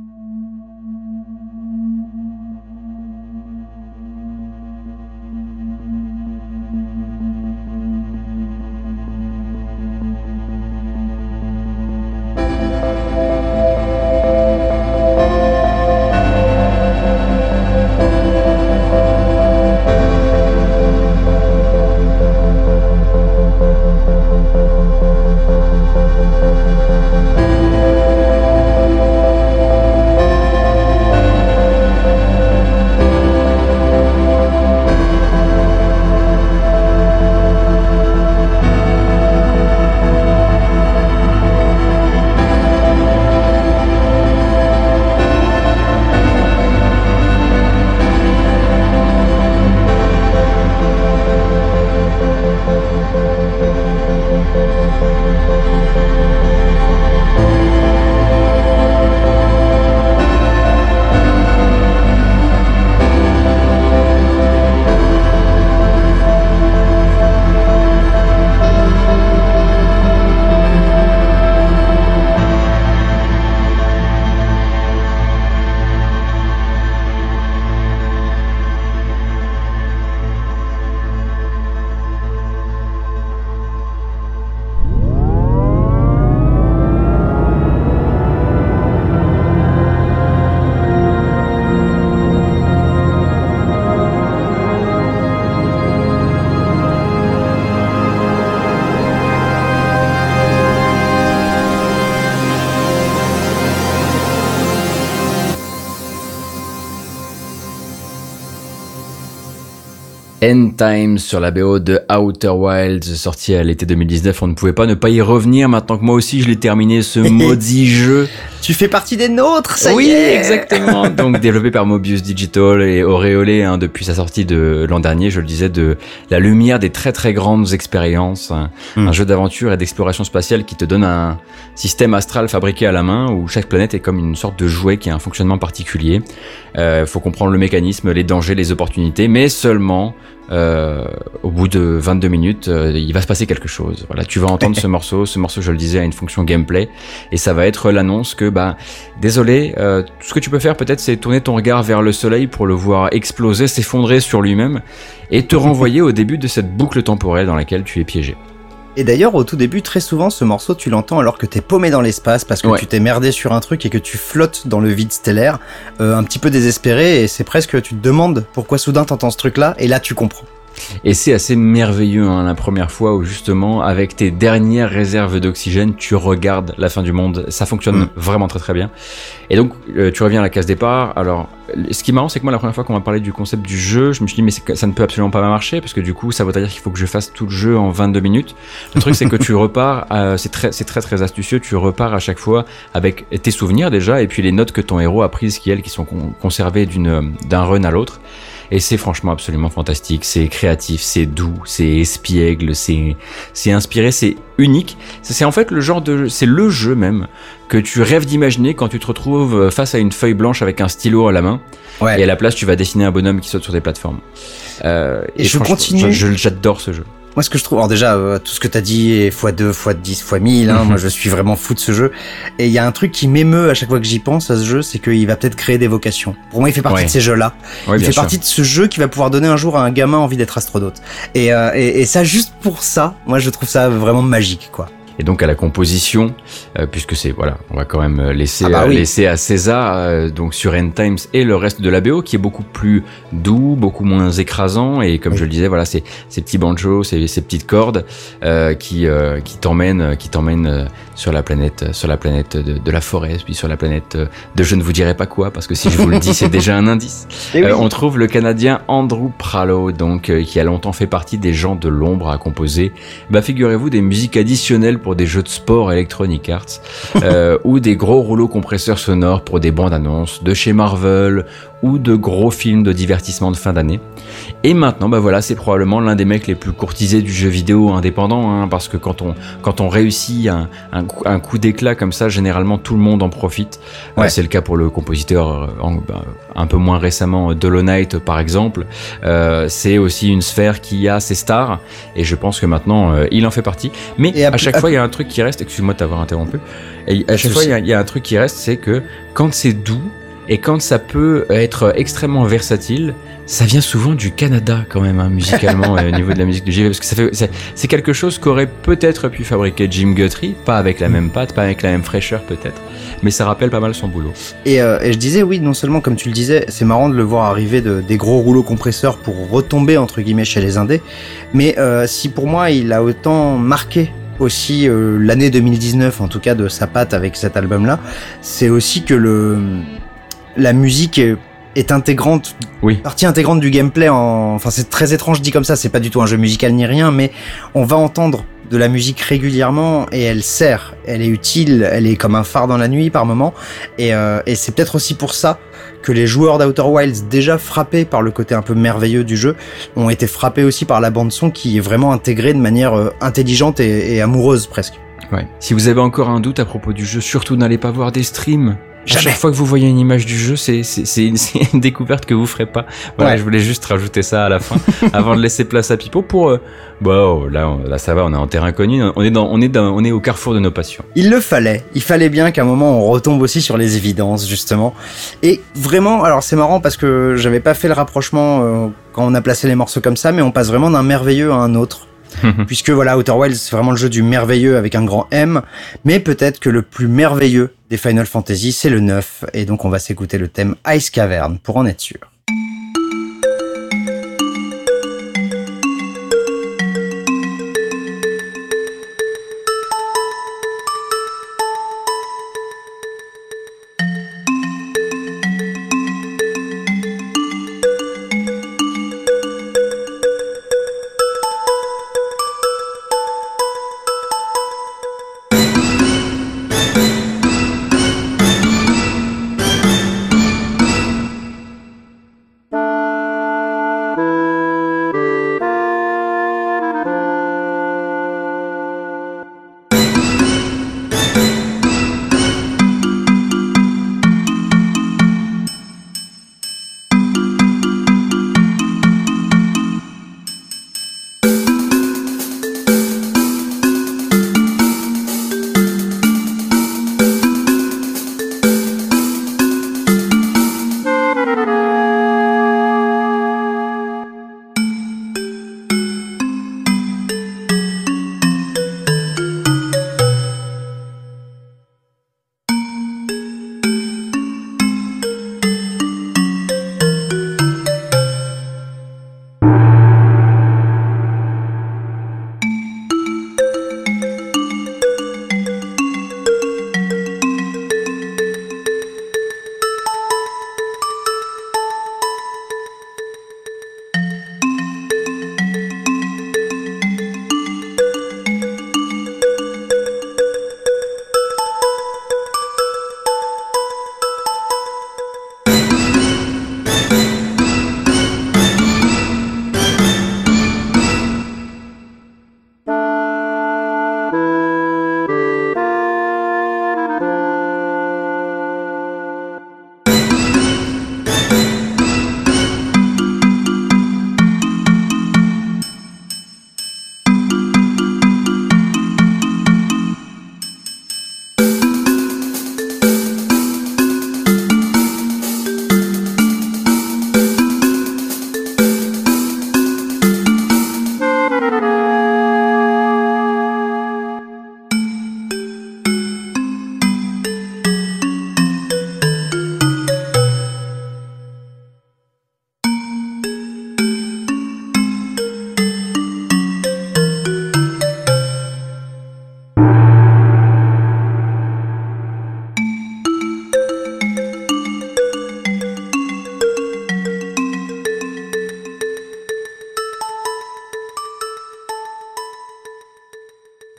End Times sur la B O de Outer Wilds, sorti à l'été deux mille dix-neuf. On ne pouvait pas ne pas y revenir maintenant que moi aussi je l'ai terminé, ce maudit jeu. Tu fais partie des nôtres, ça oui, y est. Oui, exactement. Donc développé par Mobius Digital et auréolé hein, depuis sa sortie de l'an dernier, je le disais, de la lumière des très très grandes expériences. Un, mm. un jeu d'aventure et d'exploration spatiale qui te donne un système astral fabriqué à la main où chaque planète est comme une sorte de jouet qui a un fonctionnement particulier. Il euh, faut comprendre le mécanisme, les dangers, les opportunités, mais seulement Euh, au bout de vingt-deux minutes, euh, il va se passer quelque chose. Voilà, tu vas entendre ce morceau. Ce morceau, je le disais, a une fonction gameplay, et ça va être l'annonce que, bah, désolé, euh, tout ce que tu peux faire peut-être, c'est tourner ton regard vers le soleil pour le voir exploser, s'effondrer sur lui-même, et te renvoyer au début de cette boucle temporelle dans laquelle tu es piégé. Et d'ailleurs, au tout début, très souvent, ce morceau, tu l'entends alors que t'es paumé dans l'espace parce que ouais. tu t'es merdé sur un truc et que tu flottes dans le vide stellaire, euh, un petit peu désespéré, et c'est presque, tu te demandes pourquoi soudain t'entends ce truc-là, et là tu comprends. Et c'est assez merveilleux, hein, la première fois où justement, avec tes dernières réserves d'oxygène, tu regardes la fin du monde. Ça fonctionne mmh. vraiment très très bien. Et donc, euh, tu reviens à la case départ. Alors, ce qui est marrant, c'est que moi, la première fois qu'on m'a parlé du concept du jeu, je me suis dit, mais c'est, ça ne peut absolument pas marcher, parce que du coup, ça voudrait dire qu'il faut que je fasse tout le jeu en vingt-deux minutes. Le truc, c'est que tu repars, euh, c'est très, c'est très très astucieux, tu repars à chaque fois avec tes souvenirs déjà, et puis les notes que ton héros a prises, qui elles, qui sont con- conservées d'une, d'un run à l'autre. Et c'est franchement absolument fantastique, c'est créatif, c'est doux, c'est espiègle, c'est, c'est inspiré, c'est unique. C'est, c'est en fait le genre de, c'est le jeu même que tu rêves d'imaginer quand tu te retrouves face à une feuille blanche avec un stylo à la main. Ouais. Et à la place, tu vas dessiner un bonhomme qui saute sur des plateformes. Euh, et, et je continue. Je, je, j'adore ce jeu. Moi, ce que je trouve, alors déjà, euh, tout ce que t'as dit est fois deux, fois dix, fois mille, hein, moi je suis vraiment fou de ce jeu. Et il y a un truc qui m'émeut à chaque fois que j'y pense à ce jeu, c'est qu'il va peut-être créer des vocations. Pour moi, il fait partie ouais. de ces jeux-là. Ouais, il fait sûr. partie de ce jeu qui va pouvoir donner un jour à un gamin envie d'être astronaute. Et, euh, et, et ça, juste pour ça, moi je trouve ça vraiment magique, quoi. Et donc à la composition, euh, puisque c'est voilà, on va quand même laisser ah bah euh, oui. laisser à César euh, donc sur End Times et le reste de la B O qui est beaucoup plus doux, beaucoup moins écrasant et comme oui. je le disais voilà, c'est ces petits banjos, ces, ces petites cordes euh, qui euh, qui t'emmènent qui t'emmènent euh, sur la planète sur la planète de, de la forêt, puis sur la planète de je ne vous dirai pas quoi parce que si je vous le dis c'est déjà un indice. Euh, oui. On trouve le Canadien Andrew Pralo donc euh, qui a longtemps fait partie des gens de l'ombre à composer. Bah figurez-vous des musiques additionnelles pour des jeux de sport Electronic Arts euh, ou des gros rouleaux compresseurs sonores pour des bandes annonces de chez Marvel ou de gros films de divertissement de fin d'année. Et maintenant, bah voilà, c'est probablement l'un des mecs les plus courtisés du jeu vidéo indépendant, hein, parce que quand on quand on réussit un, un, un coup d'éclat comme ça, généralement tout le monde en profite. Ouais. Euh, c'est le cas pour le compositeur euh, en, bah, un peu moins récemment, Hollow Knight par exemple. Euh, c'est aussi une sphère qui a ses stars, et je pense que maintenant euh, il en fait partie. Mais à, à chaque à... fois, il y a un truc qui reste. Excuse-moi de t'avoir interrompu. Et à chaque fois, il y, a, il y a un truc qui reste, c'est que quand c'est doux. Et quand ça peut être extrêmement versatile, ça vient souvent du Canada quand même, hein, musicalement, au niveau de la musique du J V, parce que ça fait, c'est, c'est quelque chose qu'aurait peut-être pu fabriquer Jim Guthrie, pas avec la même patte, pas avec la même fraîcheur peut-être, mais ça rappelle pas mal son boulot. Et, euh, et je disais, oui, non seulement comme tu le disais, c'est marrant de le voir arriver de, des gros rouleaux compresseurs pour retomber entre guillemets chez les indés, mais euh, si pour moi il a autant marqué aussi euh, l'année deux mille dix-neuf, en tout cas de sa patte avec cet album-là, c'est aussi que le la musique est, est intégrante, oui. partie intégrante du gameplay. En... Enfin, c'est très étrange dit comme ça, c'est pas du tout un jeu musical ni rien, mais on va entendre de la musique régulièrement et elle sert, elle est utile, elle est comme un phare dans la nuit par moment. Et, euh, et c'est peut-être aussi pour ça que les joueurs d'Outer Wilds, déjà frappés par le côté un peu merveilleux du jeu, ont été frappés aussi par la bande-son qui est vraiment intégrée de manière euh, intelligente et, et amoureuse presque. Ouais. Si vous avez encore un doute à propos du jeu, surtout n'allez pas voir des streams. À chaque fois que vous voyez une image du jeu, c'est, c'est, c'est, une, c'est une découverte que vous ferez pas. Voilà, ouais. Je voulais juste rajouter ça à la fin, avant de laisser place à Pipo pour, euh, bon, là, on, là, ça va, on est en terrain connu, on est dans, on est dans, on est au carrefour de nos passions. Il le fallait. Il fallait bien qu'à un moment, on retombe aussi sur les évidences, justement. Et vraiment, alors c'est marrant parce que j'avais pas fait le rapprochement, euh, quand on a placé les morceaux comme ça, mais on passe vraiment d'un merveilleux à un autre. Puisque voilà, Outer Wilds, c'est vraiment le jeu du merveilleux avec un grand M, mais peut-être que le plus merveilleux des Final Fantasy, c'est le neuf, et donc on va s'écouter le thème Ice Cavern pour en être sûr.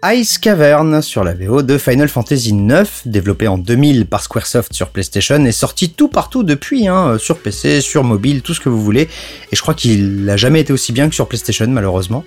Ice Cavern sur la V O de Final Fantasy neuf, développé en deux mille par Squaresoft sur PlayStation et sorti tout partout depuis, hein, sur P C, sur mobile, tout ce que vous voulez. Et je crois qu'il n'a jamais été aussi bien que sur PlayStation, malheureusement.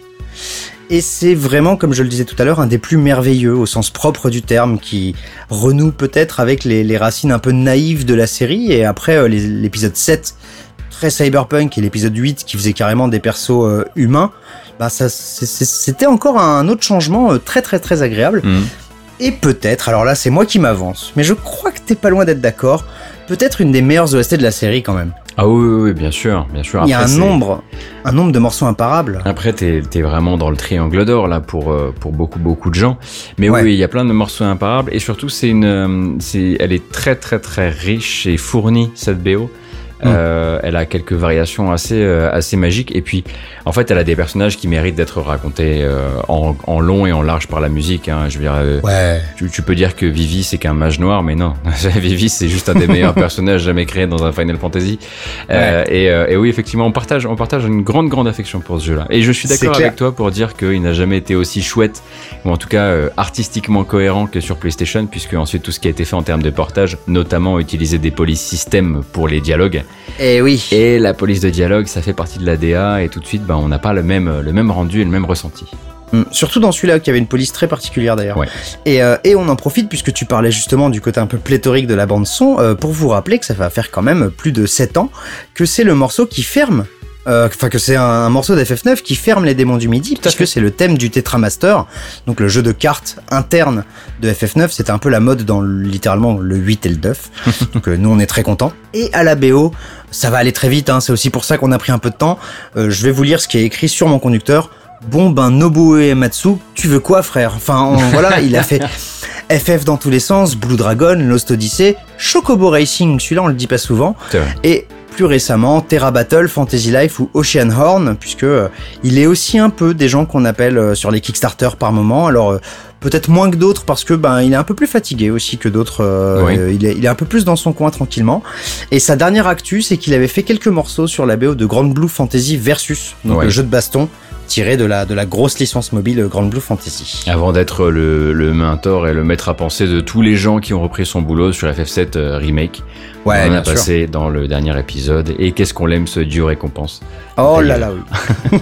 Et c'est vraiment, comme je le disais tout à l'heure, un des plus merveilleux au sens propre du terme, qui renoue peut-être avec les, les racines un peu naïves de la série. Et après euh, les, l'épisode sept, très cyberpunk, et l'épisode huit qui faisait carrément des persos euh, humains, bah ça, c'est, c'est, c'était encore un autre changement euh, très très très agréable. Mmh. Et peut-être, alors là c'est moi qui m'avance, mais je crois que t'es pas loin d'être d'accord, peut-être une des meilleures O S T de la série quand même. Ah oui, oui, oui, bien sûr, bien sûr. Après, il y a un c'est... nombre, un nombre de morceaux imparables. Après, t'es, t'es vraiment dans le triangle d'or là pour euh, pour beaucoup beaucoup de gens. Mais ouais. oui, il y a plein de morceaux imparables et surtout c'est une, c'est, elle est très très très riche et fournie cette B O. Mmh. Euh, elle a quelques variations assez euh, assez magiques et puis en fait elle a des personnages qui méritent d'être racontés euh, en, en long et en large par la musique, hein. Je veux dire, euh, ouais. tu, tu peux dire que Vivi c'est qu'un mage noir, mais non, Vivi c'est juste un des meilleurs personnages jamais créés dans un Final Fantasy. Euh, ouais. et, euh, et oui, effectivement, on partage on partage une grande grande affection pour ce jeu-là. Et je suis d'accord avec toi pour dire qu'il n'a jamais été aussi chouette ou en tout cas euh, artistiquement cohérent que sur PlayStation, puisque ensuite tout ce qui a été fait en termes de portage, notamment utiliser des police systems pour les dialogues. Et oui. Et la police de dialogue, ça fait partie de l'A D A et tout de suite, bah, on n'a pas le même, le même rendu et le même ressenti. Mmh. Surtout dans celui-là, qui avait une police très particulière d'ailleurs. Ouais. Et, euh, et on en profite, puisque tu parlais justement du côté un peu pléthorique de la bande-son, euh, pour vous rappeler que ça va faire quand même plus de sept ans que c'est le morceau qui ferme. Enfin, euh, que c'est un, un morceau d'F F neuf qui ferme les démons du midi, parce que c'est le thème du Tetramaster, donc le jeu de cartes interne de F F neuf. C'était un peu la mode dans le, littéralement le huit et le neuf. Donc euh, nous on est très contents. Et à la B O, ça va aller très vite, hein, c'est aussi pour ça qu'on a pris un peu de temps. Euh, je vais vous lire ce qui est écrit sur mon conducteur. Bon ben Nobuo Uematsu, tu veux quoi frère? Enfin on, voilà, il a fait F F dans tous les sens, Blue Dragon, Lost Odyssey, Chocobo Racing, celui-là on le dit pas souvent, et plus récemment Terra Battle, Fantasy Life ou Ocean Horn, puisque euh, il est aussi un peu des gens qu'on appelle euh, sur les Kickstarter par moment. Alors euh, peut-être moins que d'autres parce que ben il est un peu plus fatigué aussi que d'autres. Euh, oui. euh, il, est, il est un peu plus dans son coin tranquillement. Et sa dernière actu, c'est qu'il avait fait quelques morceaux sur la B O de Grand Blue Fantasy Versus, donc ouais. le jeu de baston tiré de la, de la grosse licence mobile Grand Blue Fantasy. Avant d'être le, le mentor et le maître à penser de tous les gens qui ont repris son boulot sur F F sept euh, Remake. Ouais, on en bien a passé sûr. Dans le dernier épisode. Et qu'est-ce qu'on l'aime ce duo récompense. Oh là là, oui.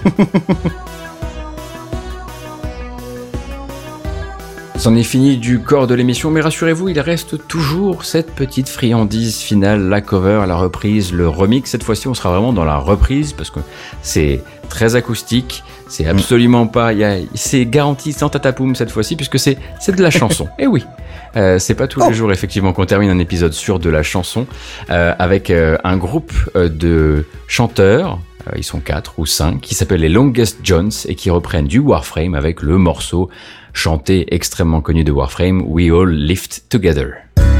C'en est fini du corps de l'émission, mais rassurez-vous, il reste toujours cette petite friandise finale, la cover, la reprise, le remix. Cette fois-ci, on sera vraiment dans la reprise parce que c'est très acoustique, c'est absolument pas, y a, c'est garanti sans tatapoum cette fois-ci puisque c'est, c'est de la chanson. Et oui, euh, c'est pas tous oh. les jours effectivement qu'on termine un épisode sur de la chanson euh, avec euh, un groupe euh, de chanteurs. Ils sont quatre ou cinq, qui s'appellent les Longest Johns et qui reprennent du Warframe avec le morceau chanté extrêmement connu de Warframe, We All Lift Together.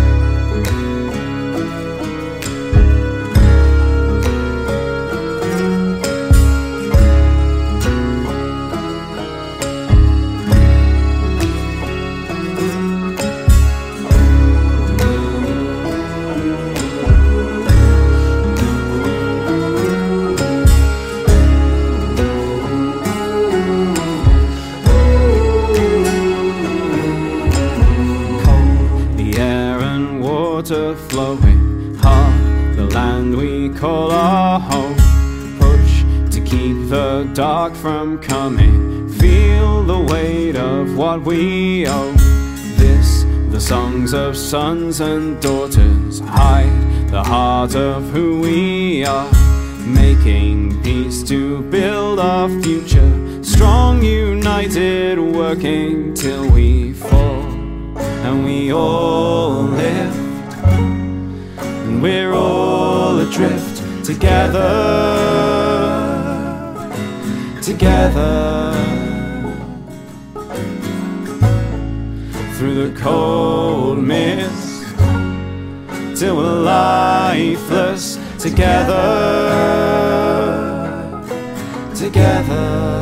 Flowing hard, the land we call our home. Push to keep the dark from coming. Feel the weight of what we owe. This, the songs of sons and daughters, hide the heart of who we are. Making peace to build our future. Strong, united, working till we fall. And we all live. And we're all adrift together, together. Through the cold mist, till we're lifeless together, together.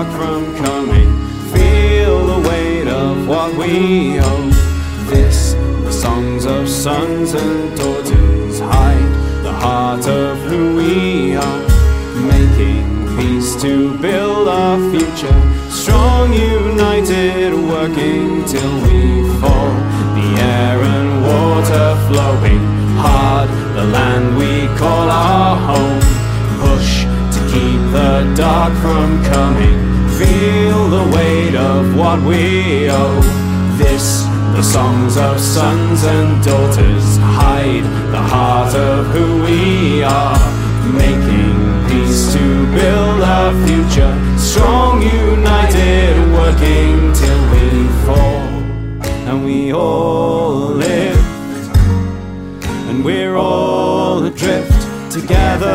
dark from coming. Feel the weight of what we owe. This, the songs of sons and daughters, hide the heart of who we are. Making peace to build our future. Strong, united, working till we fall. The air and water flowing hard. The land we call our home. Push to keep the dark from coming. Feel the weight of what we owe. This, the songs of sons and daughters, hide the heart of who we are. Making peace to build our future. Strong, united, working till we fall. And we all live, and we're all adrift together,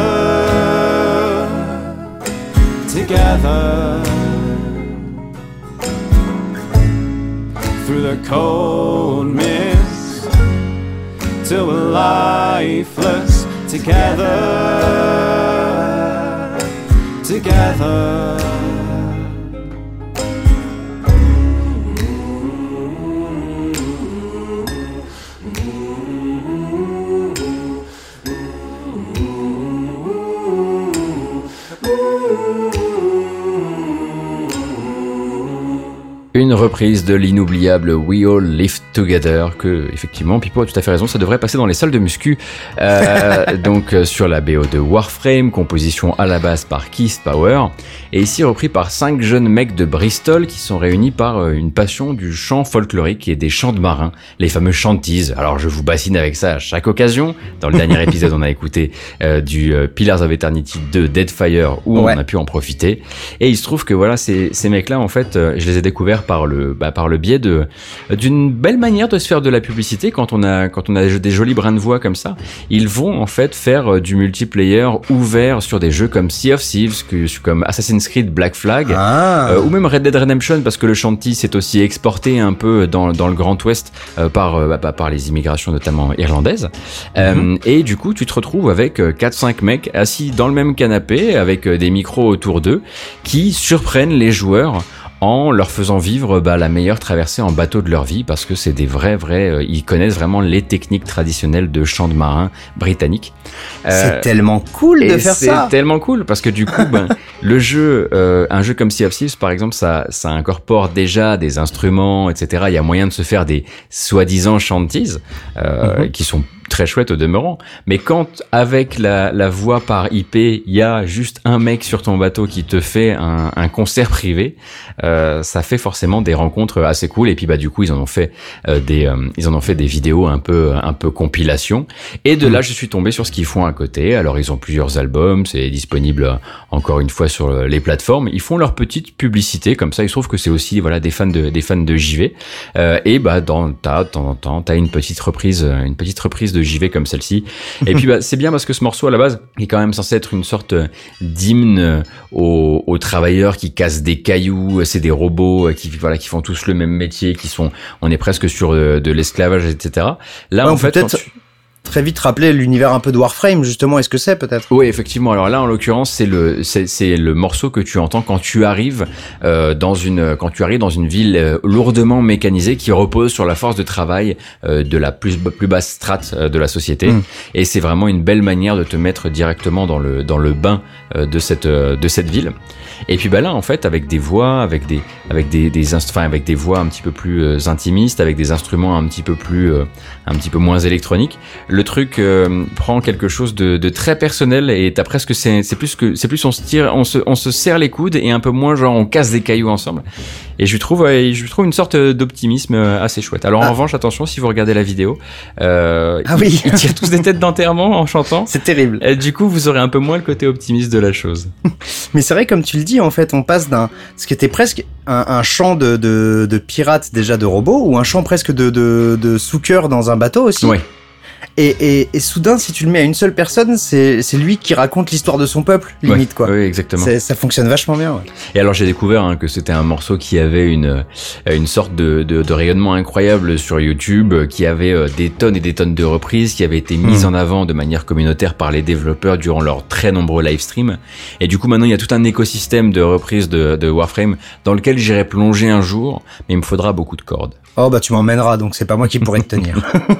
together. Through the cold mist, till we're lifeless, together, together. Une reprise de l'inoubliable We All Live Together, que, effectivement, Pipo a tout à fait raison, ça devrait passer dans les salles de muscu. Euh, donc, euh, sur la B O de Warframe, composition à la base par Keith Power, et ici repris par cinq jeunes mecs de Bristol qui sont réunis par euh, une passion du chant folklorique et des chants de marins, les fameux chanties. Alors, je vous bassine avec ça à chaque occasion. Dans le dernier épisode, on a écouté euh, du euh, Pillars of Eternity de Deadfire, où ouais. on a pu en profiter. Et il se trouve que voilà, ces, ces mecs-là, en fait, euh, je les ai découverts par le bah, par le biais de d'une belle manière de se faire de la publicité. Quand on a quand on a des jolis brins de voix comme ça, ils vont en fait faire du multiplayer ouvert sur des jeux comme Sea of Thieves, que, comme Assassin's Creed Black Flag, ah. euh, ou même Red Dead Redemption, parce que le shanty s'est aussi exporté un peu dans dans le Grand Ouest euh, par euh, bah, par les immigrations notamment irlandaises. Mm-hmm. Euh, et du coup, tu te retrouves avec quatre cinq mecs assis dans le même canapé avec des micros autour d'eux qui surprennent les joueurs en leur faisant vivre bah, la meilleure traversée en bateau de leur vie, parce que c'est des vrais, vrais, euh, ils connaissent vraiment les techniques traditionnelles de chant de marin britanniques. Euh, c'est tellement cool de faire c'est ça. C'est tellement cool parce que du coup, ben, le jeu, euh, un jeu comme Sea of Thieves par exemple, ça, ça incorpore déjà des instruments, et cetera. Il y a moyen de se faire des soi-disant shanties euh, mm-hmm. qui sont très chouette au demeurant, mais quand avec la, la voix par I P, il y a juste un mec sur ton bateau qui te fait un, un concert privé, euh, ça fait forcément des rencontres assez cool. Et puis bah du coup ils en ont fait euh, des, euh, ils en ont fait des vidéos un peu, un peu compilation. Et de là je suis tombé sur ce qu'ils font à côté. Alors ils ont plusieurs albums, c'est disponible encore une fois sur les plateformes. Ils font leur petite publicité comme ça. Il se trouve que c'est aussi voilà des fans de, des fans de J V. Euh, et bah dans t'as de temps en temps t'as une petite reprise, une petite reprise de J V comme celle-ci. Et puis bah c'est bien parce que ce morceau à la base est quand même censé être une sorte d'hymne aux, aux travailleurs qui cassent des cailloux. C'est des robots qui voilà qui font tous le même métier, qui sont on est presque sur de, de l'esclavage, et cetera. Là ouais, en fait quand tu... très vite rappeler l'univers un peu de Warframe, justement. Est-ce que c'est peut-être? Oui, effectivement. Alors là, en l'occurrence, c'est le c'est c'est le morceau que tu entends quand tu arrives euh, dans une quand tu arrives dans une ville euh, lourdement mécanisée qui repose sur la force de travail euh, de la plus plus basse strate euh, de la société. Mm. Et c'est vraiment une belle manière de te mettre directement dans le dans le bain euh, de cette euh, de cette ville. Et puis bah là, en fait, avec des voix, avec des avec des des inst- enfin avec des voix un petit peu plus euh, intimistes, avec des instruments un petit peu plus euh, un petit peu moins électroniques. Le truc euh, prend quelque chose de, de très personnel et t'as presque c'est c'est plus que c'est plus on se tire on se on se serre les coudes et un peu moins genre on casse des cailloux ensemble. Et je trouve ouais, je trouve une sorte d'optimisme assez chouette. Alors en ah. revanche, attention, si vous regardez la vidéo, euh, ah oui, ils, ils tirent tous des têtes d'enterrement en chantant. C'est terrible. Et du coup, vous aurez un peu moins le côté optimiste de la chose. Mais c'est vrai, comme tu le dis, en fait, on passe d'un ce qui était presque un, un chant de, de de pirates déjà de robots ou un chant presque de de de sous-cœur dans un bateau aussi. Ouais. Et, et, et soudain, si tu le mets à une seule personne, c'est, c'est lui qui raconte l'histoire de son peuple, limite, ouais, quoi. Oui, exactement. C'est, ça fonctionne vachement bien, ouais. Et alors, j'ai découvert hein, que c'était un morceau qui avait une, une sorte de, de, de rayonnement incroyable sur YouTube, qui avait euh, des tonnes et des tonnes de reprises, qui avaient été mises mmh. en avant de manière communautaire par les développeurs durant leurs très nombreux live streams. Et du coup, maintenant, il y a tout un écosystème de reprises de, de Warframe dans lequel j'irai plonger un jour, mais il me faudra beaucoup de cordes. Oh, bah, tu m'emmèneras, donc c'est pas moi qui pourrais te tenir.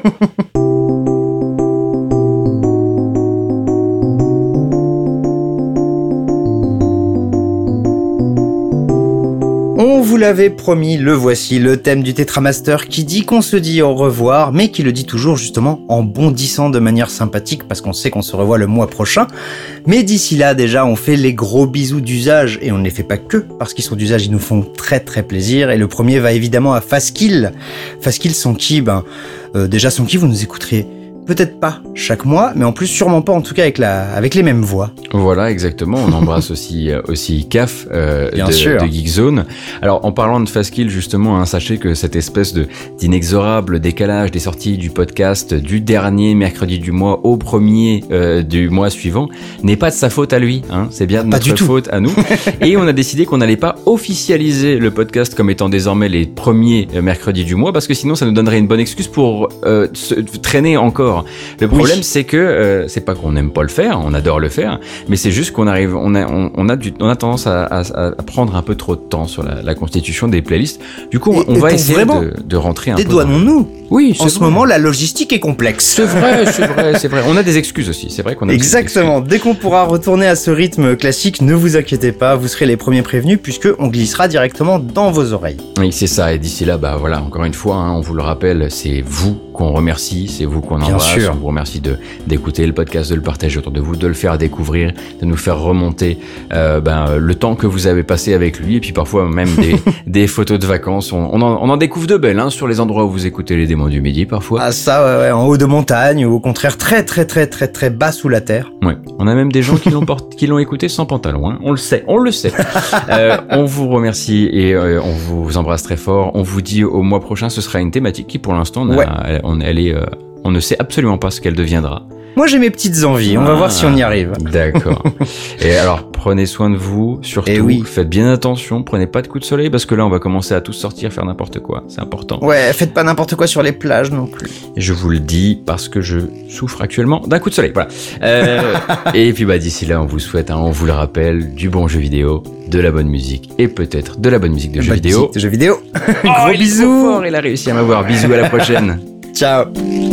On vous l'avait promis, le voici, le thème du Tetramaster qui dit qu'on se dit au revoir, mais qui le dit toujours justement en bondissant de manière sympathique parce qu'on sait qu'on se revoit le mois prochain. Mais d'ici là, déjà, on fait les gros bisous d'usage et on ne les fait pas que parce qu'ils sont d'usage, ils nous font très très plaisir. Et le premier va évidemment à Fastkill. Fastkill, son qui, ben, euh, déjà son qui, vous nous écouterez peut-être pas chaque mois, mais en plus sûrement pas en tout cas avec la avec les mêmes voix. Voilà, exactement. On embrasse aussi aussi C A F euh, de, de Geekzone. Alors en parlant de Fastkill justement, hein, sachez que cette espèce de d'inexorable décalage des sorties du podcast du dernier mercredi du mois au premier euh, du mois suivant n'est pas de sa faute à lui. Hein, c'est bien de pas notre faute à nous. Et on a décidé qu'on n'allait pas officialiser le podcast comme étant désormais les premiers mercredis du mois parce que sinon ça nous donnerait une bonne excuse pour euh, se traîner encore. Le problème, oui. c'est que euh, c'est pas qu'on n'aime pas le faire, on adore le faire, mais c'est juste qu'on arrive, on a, on, on a, du, on a tendance à, à, à prendre un peu trop de temps sur la, la constitution des playlists. Du coup, on, on va essayer de, de rentrer un peu. Dédouanons-nous. Oui, en ce vrai. moment, la logistique est complexe. C'est vrai, c'est vrai, c'est vrai. On a des excuses aussi. C'est vrai qu'on a. Exactement. Dès qu'on pourra retourner à ce rythme classique, ne vous inquiétez pas, vous serez les premiers prévenus puisque on glissera directement dans vos oreilles. Oui, c'est ça. Et d'ici là, bah voilà, encore une fois, hein, on vous le rappelle, c'est vous qu'on remercie, c'est vous qu'on embrasse. Bien sûr. On vous remercie de d'écouter le podcast, de le partager autour de vous, de le faire découvrir, de nous faire remonter euh, ben le temps que vous avez passé avec lui et puis parfois même des des photos de vacances. On, on, en, on en découvre de belles hein, sur les endroits où vous écoutez les démons du midi parfois. Ah ça ouais, ouais en haut de montagne ou au contraire très très très très très bas sous la terre. Ouais, on a même des gens qui l'ont porté, qui l'ont écouté sans pantalon. Hein. On le sait, on le sait. euh, on vous remercie et euh, on vous embrasse très fort. On vous dit au mois prochain, ce sera une thématique qui pour l'instant, on a, ouais. elle, on, elle est, euh, on ne sait absolument pas ce qu'elle deviendra. Moi, j'ai mes petites envies. On ah, va voir si on y arrive. D'accord. Et alors, prenez soin de vous. Surtout, et oui. faites bien attention. Prenez pas de coups de soleil parce que là, on va commencer à tous sortir, faire n'importe quoi. C'est important. Ouais, faites pas n'importe quoi sur les plages non plus. Et je vous le dis parce que je souffre actuellement d'un coup de soleil. Voilà. Euh, et puis, bah, d'ici là, on vous souhaite, hein, on vous le rappelle, du bon jeu vidéo, de la bonne musique et peut-être de la bonne musique de jeux vidéo. De jeux vidéo. Oh, gros il bisous. Est trop fort, il a réussi à m'avoir. Bisous, à la prochaine. Ciao.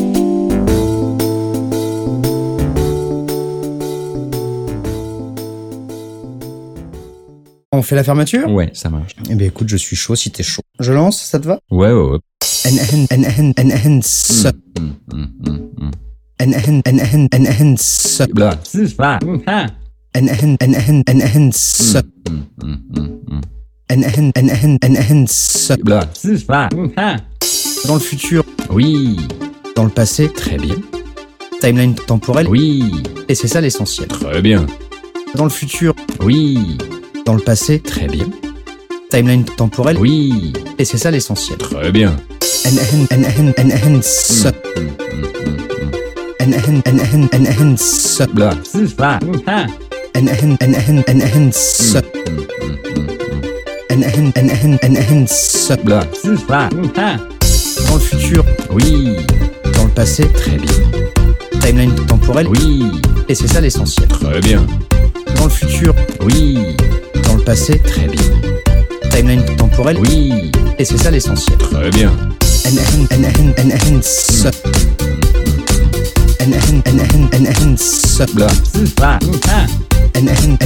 On fait la fermeture ? Ouais, ça marche. Eh bien écoute, je suis chaud si t'es chaud. Je lance, ça te va ? Ouais, ouais, ouais. Enhance. Enhance. Enhance. Blah. Enhance. Enhance. Enhance. Blah. Dans le futur. Oui. Dans le passé. Très bien. Timeline temporelle. Oui. Et c'est ça l'essentiel. Très bien. Dans le futur. Oui. Dans le passé. Très bien. Timeline temporelle. Oui. Et c'est ça l'essentiel. Très bien. Enhance. Enhance. Enhance. Blah. Enhance. Enhance. Enhance. Blah. Dans le futur. Oui. Dans le passé. Très bien. Timeline temporelle. Oui. Et c'est ça l'essentiel. Très bien. Dans le futur. Oui. Dans le passé. Très bien. Timeline temporelle. Oui. Et c'est ça l'essentiel. Très bien. Enhance. Enhance. Enhance. Blah. Enhance.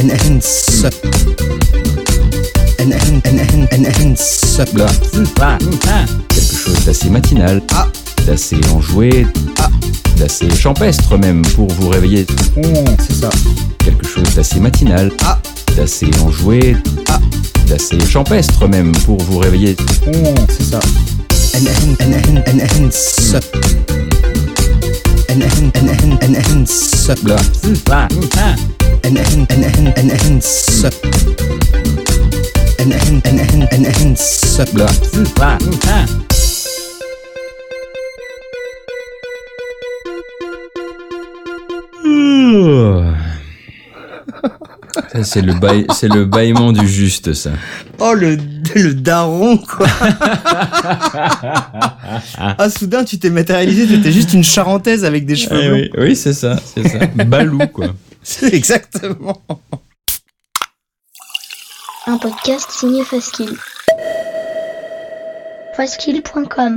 Enhance. Blah. Quelque chose d'assez matinal. Ah. D'assez enjoué. Ah. D'assez champestre même pour vous réveiller. Oh, c'est ça. Quelque chose d'assez matinal. Ah. D'assez enjoué. Ah. D'assez champestre même pour vous réveiller. Oh, c'est ça. Enhance. Enhance. Blah. Enhance. Enhance. Blah. Ça, c'est le bail, c'est le bâillement du juste, ça. Oh, le, le daron, quoi. Ah, soudain, tu t'es matérialisé, tu étais juste une charentaise avec des cheveux Eh blonds. oui, oui, c'est ça, c'est ça. Balou, quoi. C'est exactement. Un podcast signé Faskill. Faskill point com.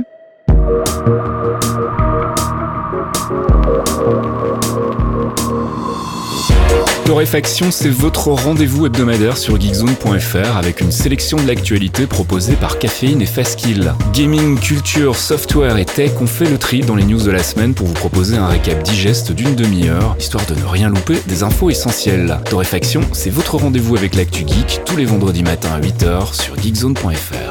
Torréfaction, c'est votre rendez-vous hebdomadaire sur geekzone point f r avec une sélection de l'actualité proposée par Caféine et Faskill. Gaming, culture, software et tech, on fait le tri dans les news de la semaine pour vous proposer un récap digeste d'une demi-heure, histoire de ne rien louper des infos essentielles. Torréfaction, c'est votre rendez-vous avec l'actu geek tous les vendredis matins à huit heures sur geekzone point f r.